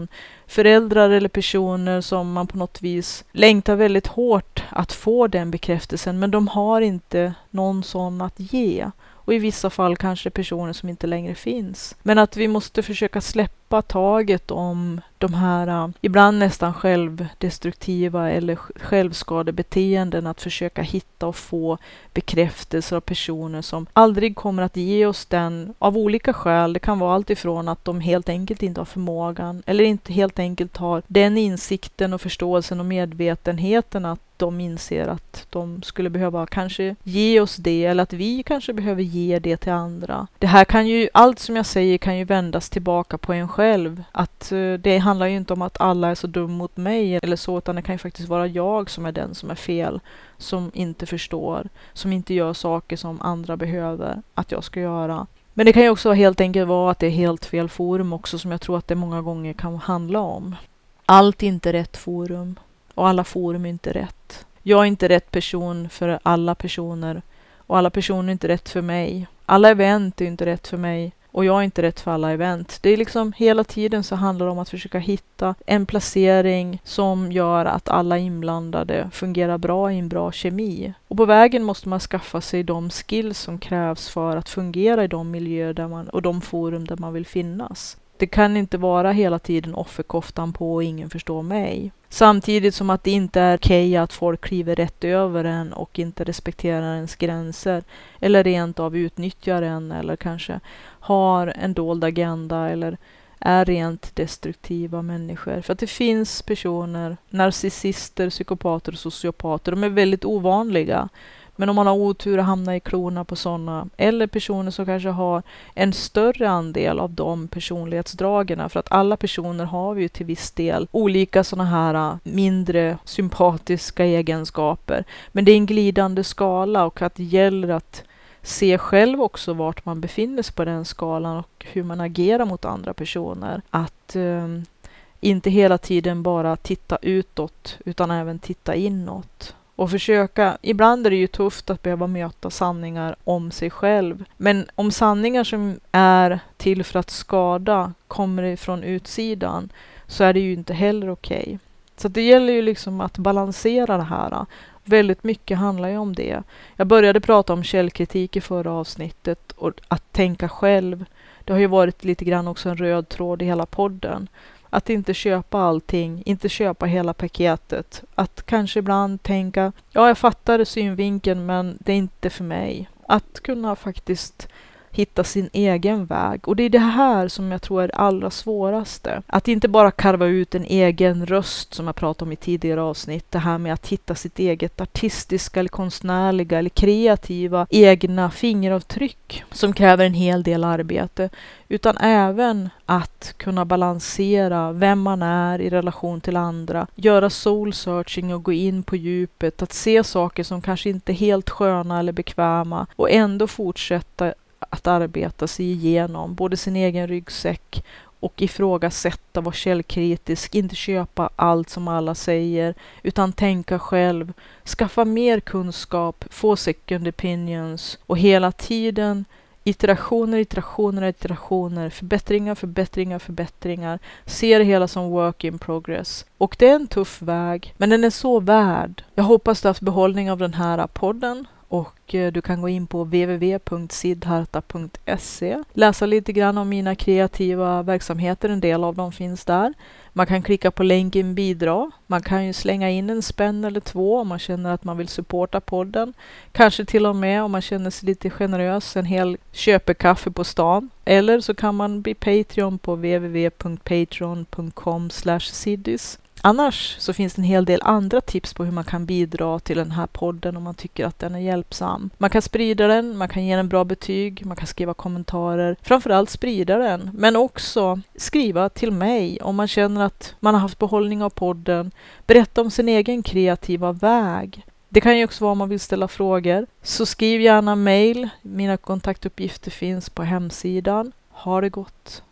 föräldrar eller personer som man på något vis längtar väldigt hårt att få den bekräftelsen, men de har inte någon sån att ge. Och i vissa fall kanske personer som inte längre finns. Men att vi måste försöka släppa taget om de här uh, ibland nästan självdestruktiva eller självskadebeteenden. Att försöka hitta och få bekräftelser av personer som aldrig kommer att ge oss den av olika skäl. Det kan vara allt ifrån att de helt enkelt inte har förmågan eller inte helt enkelt har den insikten och förståelsen och medvetenheten att de inser att de skulle behöva kanske ge oss det, eller att vi kanske behöver ge det till andra. Det här kan ju, allt som jag säger kan ju vändas tillbaka på en själv. Att uh, det handlar ju inte om att alla är så dum mot mig eller så, utan det kan ju faktiskt vara jag som är den som är fel, som inte förstår, som inte gör saker som andra behöver att jag ska göra. Men det kan ju också helt enkelt vara att det är helt fel forum också, som jag tror att det många gånger kan handla om. Allt är inte rätt forum. Och alla forum är inte rätt. Jag är inte rätt person för alla personer. Och alla personer är inte rätt för mig. Alla event är inte rätt för mig. Och jag är inte rätt för alla event. Det är liksom hela tiden så handlar det om att försöka hitta en placering som gör att alla inblandade fungerar bra i en bra kemi. Och på vägen måste man skaffa sig de skills som krävs för att fungera i de miljöer där man, och de forum där man vill finnas. Det kan inte vara hela tiden offerkoftan på och ingen förstår mig. Samtidigt som att det inte är okej att folk kliver rätt över en och inte respekterar ens gränser. Eller rent av utnyttjar en, eller kanske har en dold agenda eller är rent destruktiva människor. För att det finns personer, narcissister, psykopater och sociopater. De är väldigt ovanliga. Men om man har otur att hamna i klorna på sådana, eller personer som kanske har en större andel av de personlighetsdragen, för att alla personer har ju till viss del olika sådana här mindre sympatiska egenskaper. Men det är en glidande skala, och att det gäller att se själv också vart man befinner sig på den skalan och hur man agerar mot andra personer. Att eh, inte hela tiden bara titta utåt utan även titta inåt. Och försöka, ibland är det ju tufft att behöva möta sanningar om sig själv. Men om sanningar som är till för att skada kommer ifrån utsidan, så är det ju inte heller okej. Så det gäller ju liksom att balansera det här. Väldigt mycket handlar ju om det. Jag började prata om källkritik i förra avsnittet, och att tänka själv. Det har ju varit lite grann också en röd tråd i hela podden. Att inte köpa allting, inte köpa hela paketet. Att kanske ibland tänka, ja, jag fattar synvinkeln, men det är inte för mig. Att kunna faktiskt hitta sin egen väg. Och det är det här som jag tror är det allra svåraste. Att inte bara karva ut en egen röst, som jag pratade om i tidigare avsnitt. Det här med att hitta sitt eget artistiska eller konstnärliga eller kreativa egna fingeravtryck, som kräver en hel del arbete. Utan även att kunna balansera vem man är i relation till andra. Göra soul searching och gå in på djupet. Att se saker som kanske inte är helt sköna eller bekväma. Och ändå fortsätta att arbeta sig igenom både sin egen ryggsäck och ifrågasätta, vara källkritisk, inte köpa allt som alla säger, utan tänka själv, skaffa mer kunskap, få second opinions och hela tiden iterationer, iterationer, iterationer, förbättringar, förbättringar, förbättringar. Se det hela som work in progress. Och det är en tuff väg, men den är så värd. Jag hoppas du har haft behållning av den här podden. Och du kan gå in på w w w punkt siddharta punkt se. Läsa lite grann om mina kreativa verksamheter. En del av dem finns där. Man kan klicka på länken bidra. Man kan ju slänga in en spänn eller två om man känner att man vill supporta podden. Kanske till och med om man känner sig lite generös, en hel köpekaffe på stan. Eller så kan man bli Patreon på w w w punkt patreon punkt com slash siddis. Annars så finns det en hel del andra tips på hur man kan bidra till den här podden om man tycker att den är hjälpsam. Man kan sprida den, man kan ge den bra betyg, man kan skriva kommentarer. Framförallt sprida den, men också skriva till mig om man känner att man har haft behållning av podden. Berätta om sin egen kreativa väg. Det kan ju också vara om man vill ställa frågor. Så skriv gärna mejl. Mina kontaktuppgifter finns på hemsidan. Ha det gott!